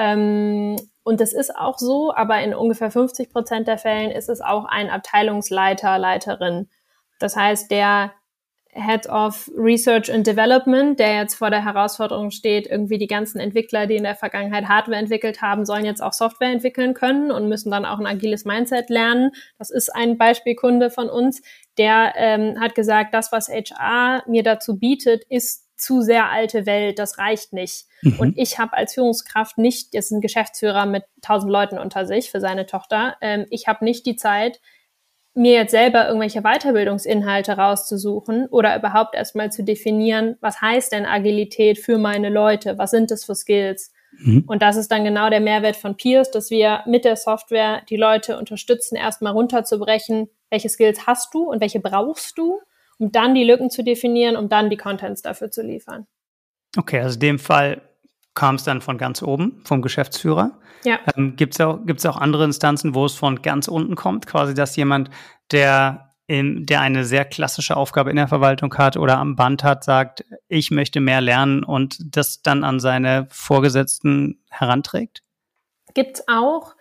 Ähm, und das ist auch so, aber in ungefähr fünfzig Prozent der Fällen ist es auch ein Abteilungsleiter, Leiterin. Das heißt, der Head of Research and Development, der jetzt vor der Herausforderung steht, irgendwie die ganzen Entwickler, die in der Vergangenheit Hardware entwickelt haben, sollen jetzt auch Software entwickeln können und müssen dann auch ein agiles Mindset lernen. Das ist ein Beispielkunde von uns, der ähm, hat gesagt, das, was H R mir dazu bietet, ist zu sehr alte Welt, das reicht nicht. Mhm. Und ich habe als Führungskraft nicht, jetzt ein Geschäftsführer mit tausend Leuten unter sich für seine Tochter, ähm, ich habe nicht die Zeit, mir jetzt selber irgendwelche Weiterbildungsinhalte rauszusuchen oder überhaupt erstmal zu definieren, was heißt denn Agilität für meine Leute? Was sind das für Skills? Mhm. Und das ist dann genau der Mehrwert von Peers, dass wir mit der Software die Leute unterstützen, erstmal runterzubrechen, welche Skills hast du und welche brauchst du, um dann die Lücken zu definieren, um dann die Contents dafür zu liefern. Okay, also in dem Fall kam es dann von ganz oben, vom Geschäftsführer. Ja. Ähm, gibt es auch, gibt's auch andere Instanzen, wo es von ganz unten kommt, quasi, dass jemand, der, in, der eine sehr klassische Aufgabe in der Verwaltung hat oder am Band hat, sagt, ich möchte mehr lernen und das dann an seine Vorgesetzten heranträgt? Gibt's auch.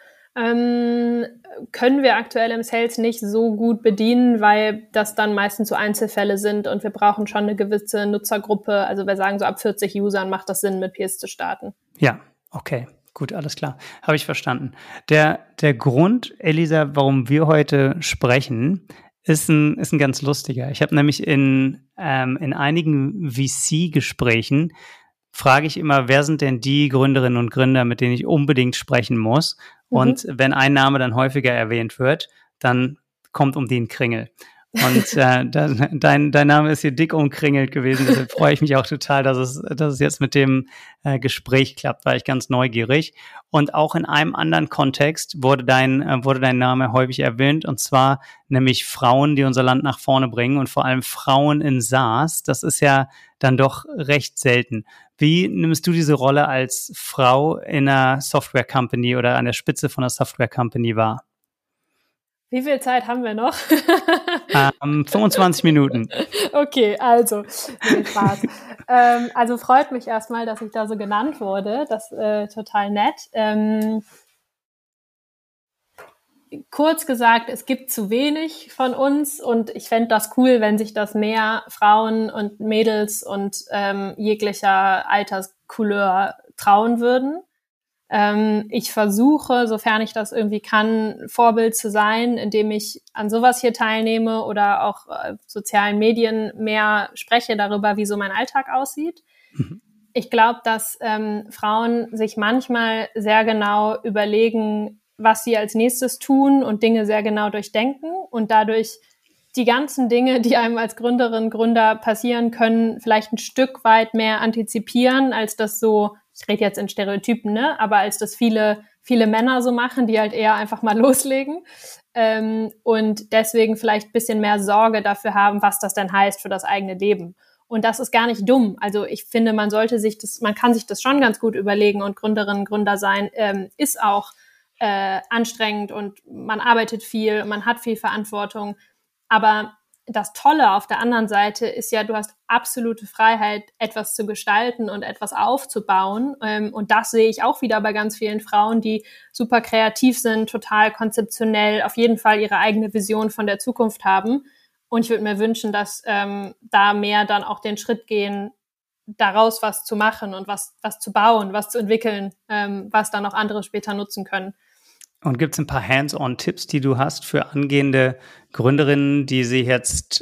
Ähm, können wir aktuell im Sales nicht so gut bedienen, weil das dann meistens so Einzelfälle sind und wir brauchen schon eine gewisse Nutzergruppe. Also wir sagen so ab vierzig Usern macht das Sinn, mit Peers zu starten. Ja, okay. Gut, alles klar. Habe ich verstanden. Der, der Grund, Elisa, warum wir heute sprechen, ist ein, ist ein ganz lustiger. Ich habe nämlich in, ähm, in einigen V C-Gesprächen frage ich immer, wer sind denn die Gründerinnen und Gründer, mit denen ich unbedingt sprechen muss? Mhm. Und wenn ein Name dann häufiger erwähnt wird, dann kommt um den Kringel. Und äh, dein, dein Name ist hier dick umkringelt gewesen, deshalb freue ich mich auch total, dass es, dass es jetzt mit dem äh, Gespräch klappt, war ich ganz neugierig. Und auch in einem anderen Kontext wurde dein, äh, wurde dein Name häufig erwähnt, und zwar nämlich Frauen, die unser Land nach vorne bringen und vor allem Frauen in SaaS. Das ist ja dann doch recht selten. Wie nimmst du diese Rolle als Frau in einer Software-Company oder an der Spitze von einer Software-Company wahr? Wie viel Zeit haben wir noch? ähm, fünfundzwanzig Minuten. Okay, also, viel Spaß. ähm, also freut mich erstmal, dass ich da so genannt wurde. Das ist äh, total nett. Ähm, kurz gesagt, es gibt zu wenig von uns und ich fände das cool, wenn sich das mehr Frauen und Mädels und ähm, jeglicher Alterscouleur trauen würden. Ich versuche, sofern ich das irgendwie kann, Vorbild zu sein, indem ich an sowas hier teilnehme oder auch äh, sozialen Medien mehr spreche darüber, wie so mein Alltag aussieht. Mhm. Ich glaube, dass ähm, Frauen sich manchmal sehr genau überlegen, was sie als nächstes tun und Dinge sehr genau durchdenken und dadurch die ganzen Dinge, die einem als Gründerin, Gründer passieren können, vielleicht ein Stück weit mehr antizipieren, als das so, ich rede jetzt in Stereotypen, ne, aber als das viele, viele Männer so machen, die halt eher einfach mal loslegen. ähm, und deswegen vielleicht ein bisschen mehr Sorge dafür haben, was das denn heißt für das eigene Leben. Und das ist gar nicht dumm. Also ich finde, man sollte sich das, man kann sich das schon ganz gut überlegen und Gründerinnen, Gründer sein ähm, ist auch äh, anstrengend und man arbeitet viel, man hat viel Verantwortung. Aber das Tolle auf der anderen Seite ist ja, du hast absolute Freiheit, etwas zu gestalten und etwas aufzubauen. Ähm, und das sehe ich auch wieder bei ganz vielen Frauen, die super kreativ sind, total konzeptionell, auf jeden Fall ihre eigene Vision von der Zukunft haben. Und ich würde mir wünschen, dass ähm, da mehr dann auch den Schritt gehen, daraus was zu machen und was, was zu bauen, was zu entwickeln, ähm, was dann auch andere später nutzen können. Und gibt es ein paar Hands-on-Tipps, die du hast für angehende Gründerinnen, die sie jetzt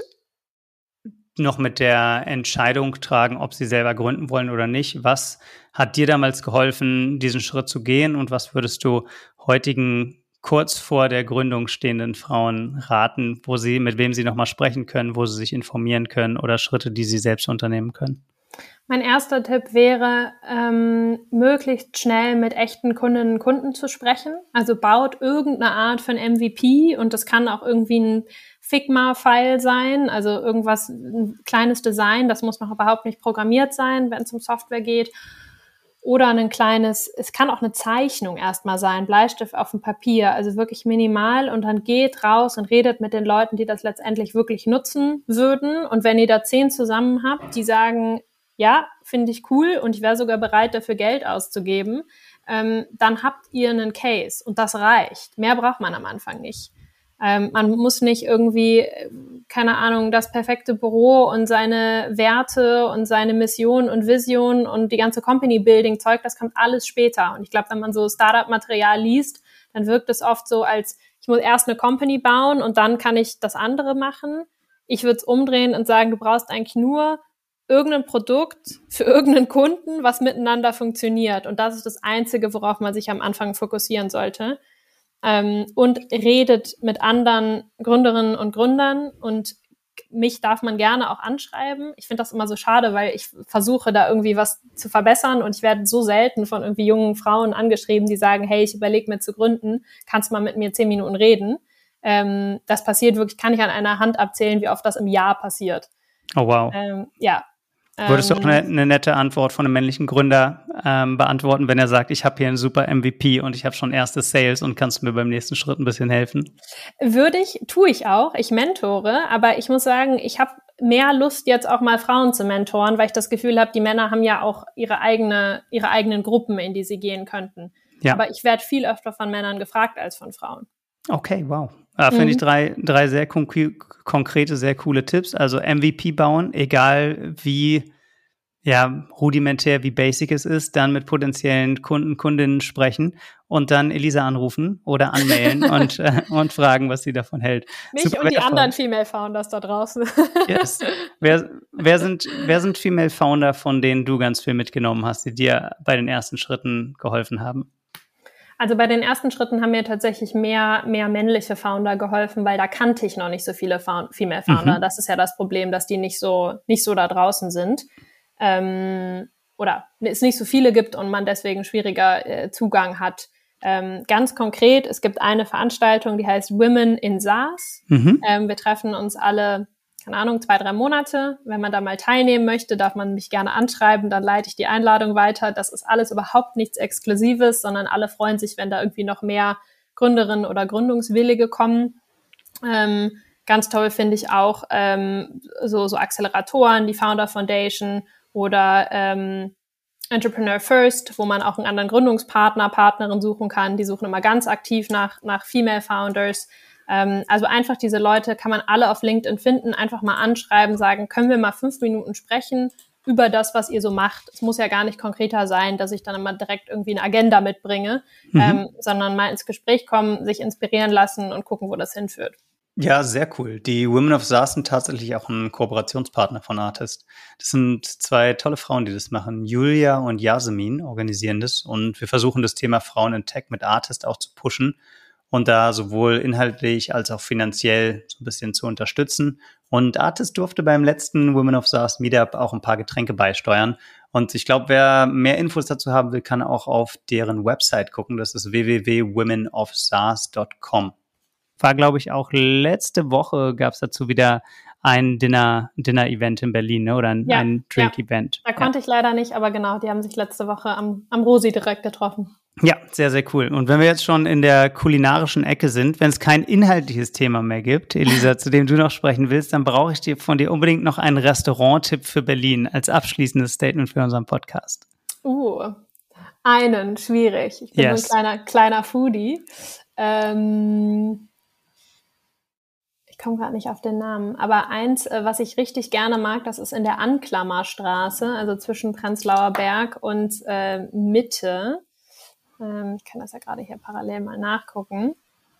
noch mit der Entscheidung tragen, ob sie selber gründen wollen oder nicht? Was hat dir damals geholfen, diesen Schritt zu gehen? Und was würdest du heutigen kurz vor der Gründung stehenden Frauen raten, wo sie, mit wem sie nochmal sprechen können, wo sie sich informieren können oder Schritte, die sie selbst unternehmen können? Mein erster Tipp wäre, ähm, möglichst schnell mit echten Kundinnen und Kunden zu sprechen. Also baut irgendeine Art von M V P und das kann auch irgendwie ein Figma-File sein, also irgendwas, ein kleines Design, das muss noch überhaupt nicht programmiert sein, wenn es um Software geht. Oder ein kleines, es kann auch eine Zeichnung erstmal sein, Bleistift auf dem Papier, also wirklich minimal und dann geht raus und redet mit den Leuten, die das letztendlich wirklich nutzen würden. Und wenn ihr da zehn zusammen habt, die sagen, ja, finde ich cool und ich wäre sogar bereit, dafür Geld auszugeben, ähm, dann habt ihr einen Case und das reicht. Mehr braucht man am Anfang nicht. Ähm, man muss nicht irgendwie, keine Ahnung, das perfekte Büro und seine Werte und seine Mission und Vision und die ganze Company-Building-Zeug, das kommt alles später. Und ich glaube, wenn man so Startup-Material liest, dann wirkt es oft so, als ich muss erst eine Company bauen und dann kann ich das andere machen. Ich würde es umdrehen und sagen, du brauchst eigentlich nur irgendein Produkt für irgendeinen Kunden, was miteinander funktioniert. Und das ist das Einzige, worauf man sich am Anfang fokussieren sollte. Ähm, und redet mit anderen Gründerinnen und Gründern und mich darf man gerne auch anschreiben. Ich finde das immer so schade, weil ich versuche da irgendwie was zu verbessern und ich werde so selten von irgendwie jungen Frauen angeschrieben, die sagen, hey, ich überlege mir zu gründen, kannst du mal mit mir zehn Minuten reden? Ähm, das passiert wirklich, kann ich an einer Hand abzählen, wie oft das im Jahr passiert. Oh wow. Ähm, ja. Würdest du auch eine, eine nette Antwort von einem männlichen Gründer ähm, beantworten, wenn er sagt, ich habe hier einen super M V P und ich habe schon erste Sales und kannst mir beim nächsten Schritt ein bisschen helfen? Würde ich, tue ich auch. Ich mentore, aber ich muss sagen, ich habe mehr Lust, jetzt auch mal Frauen zu mentoren, weil ich das Gefühl habe, die Männer haben ja auch ihre eigene, ihre eigenen Gruppen, in die sie gehen könnten. Ja. Aber ich werde viel öfter von Männern gefragt als von Frauen. Okay, wow. Ah, finde Mhm. ich drei, drei sehr konk- konkrete, sehr coole Tipps. Also M V P bauen, egal wie ja, rudimentär, wie basic es ist, dann mit potenziellen Kunden, Kundinnen sprechen und dann Elisa anrufen oder anmailen und, äh, und fragen, was sie davon hält. Mich Super und die wertvoll. anderen Female Founders da draußen. Yes. Wer, wer, sind, wer sind Female Founder, von denen du ganz viel mitgenommen hast, die dir bei den ersten Schritten geholfen haben? Also bei den ersten Schritten haben mir tatsächlich mehr, mehr männliche Founder geholfen, weil da kannte ich noch nicht so viele Found- Female Founder. Mhm. Das ist ja das Problem, dass die nicht so, nicht so da draußen sind. Ähm, oder es nicht so viele gibt und man deswegen schwieriger äh, Zugang hat. Ähm, ganz konkret, es gibt eine Veranstaltung, die heißt Women in SaaS. Mhm. Ähm, wir treffen uns alle, keine Ahnung, zwei, drei Monate. Wenn man da mal teilnehmen möchte, darf man mich gerne anschreiben, dann leite ich die Einladung weiter. Das ist alles überhaupt nichts Exklusives, sondern alle freuen sich, wenn da irgendwie noch mehr Gründerinnen oder Gründungswillige kommen. Ähm, ganz toll finde ich auch ähm, so, so Acceleratoren, die Founder Foundation oder ähm, Entrepreneur First, wo man auch einen anderen Gründungspartner, Partnerin suchen kann. Die suchen immer ganz aktiv nach, nach Female Founders. Ähm, also einfach diese Leute kann man alle auf LinkedIn finden, einfach mal anschreiben, sagen, können wir mal fünf Minuten sprechen über das, was ihr so macht. Es muss ja gar nicht konkreter sein, dass ich dann immer direkt irgendwie eine Agenda mitbringe, mhm. ähm, sondern mal ins Gespräch kommen, sich inspirieren lassen und gucken, wo das hinführt. Ja, sehr cool. Die Women of SaaS sind tatsächlich auch ein Kooperationspartner von Artist. Das sind zwei tolle Frauen, die das machen. Julia und Yasemin organisieren das und wir versuchen das Thema Frauen in Tech mit Artist auch zu pushen und da sowohl inhaltlich als auch finanziell so ein bisschen zu unterstützen. Und Artist durfte beim letzten Women of SaaS Meetup auch ein paar Getränke beisteuern. Und ich glaube, wer mehr Infos dazu haben will, kann auch auf deren Website gucken. Das ist w w w punkt women of saas punkt com. war, glaube ich, auch letzte Woche gab es dazu wieder ein Dinner, Dinner-Event in Berlin, ne? Oder ein, ja, ein Drink-Event. Ja. Da konnte ja. ich leider nicht, aber genau, die haben sich letzte Woche am, am Rosi direkt getroffen. Ja, sehr, sehr cool. Und wenn wir jetzt schon in der kulinarischen Ecke sind, wenn es kein inhaltliches Thema mehr gibt, Elisa, zu dem du noch sprechen willst, dann brauche ich dir von dir unbedingt noch einen Restaurant-Tipp für Berlin als abschließendes Statement für unseren Podcast. Uh, einen, schwierig. Ich bin yes. so ein kleiner, kleiner Foodie. Ähm, ich komme gerade nicht auf den Namen, aber eins, was ich richtig gerne mag, das ist in der Anklammerstraße, also zwischen Prenzlauer Berg und äh, Mitte. Ich kann das ja gerade hier parallel mal nachgucken.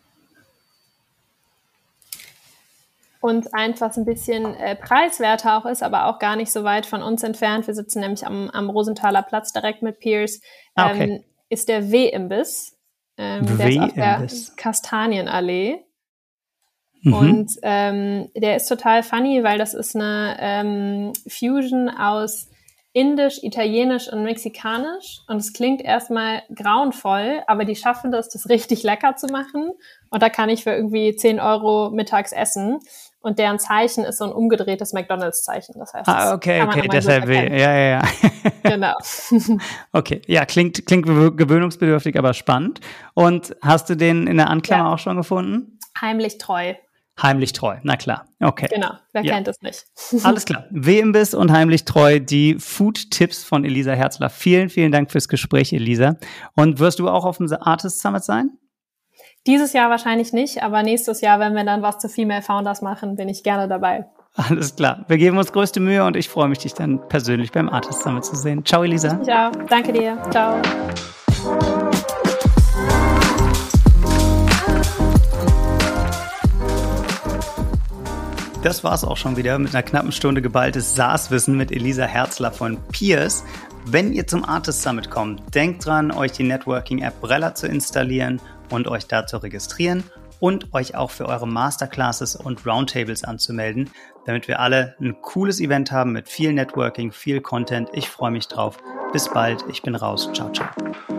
Und eins, was ein bisschen äh, preiswerter auch ist, aber auch gar nicht so weit von uns entfernt, wir sitzen nämlich am, am Rosenthaler Platz direkt mit Piers, ähm, okay. ist der W-Imbiss. Ähm, der ist auf der Kastanienallee. Mhm. Und ähm, der ist total funny, weil das ist eine ähm, Fusion aus Indisch, Italienisch und Mexikanisch und es klingt erstmal grauenvoll, aber die schaffen das, das richtig lecker zu machen und da kann ich für irgendwie zehn Euro mittags essen und deren Zeichen ist so ein umgedrehtes McDonalds-Zeichen. Das heißt, ah, okay, das okay, deshalb, ja, ja, ja. Genau. Okay, ja, klingt, klingt gewöhnungsbedürftig, aber spannend. Und hast du den in der Anklammer ja. auch schon gefunden? Heimlich treu. Heimlich treu, na klar, okay. Genau, wer ja. kennt es nicht. Alles klar, W-Imbiss und Heimlich treu, die Food-Tipps von Elisa Herzler. Vielen, vielen Dank fürs Gespräch, Elisa. Und wirst du auch auf dem Artist Summit sein? Dieses Jahr wahrscheinlich nicht, aber nächstes Jahr, wenn wir dann was zu Female Founders machen, bin ich gerne dabei. Alles klar, wir geben uns größte Mühe und ich freue mich, dich dann persönlich beim Artist Summit zu sehen. Ciao, Elisa. Ja, danke dir. Ciao. Das war's auch schon wieder mit einer knappen Stunde geballtes SaaS-Wissen mit Elisa Herzler von Piers. Wenn ihr zum Artist Summit kommt, denkt dran, euch die Networking-App Brella zu installieren und euch da zu registrieren und euch auch für eure Masterclasses und Roundtables anzumelden, damit wir alle ein cooles Event haben mit viel Networking, viel Content. Ich freue mich drauf. Bis bald, ich bin raus. Ciao, ciao.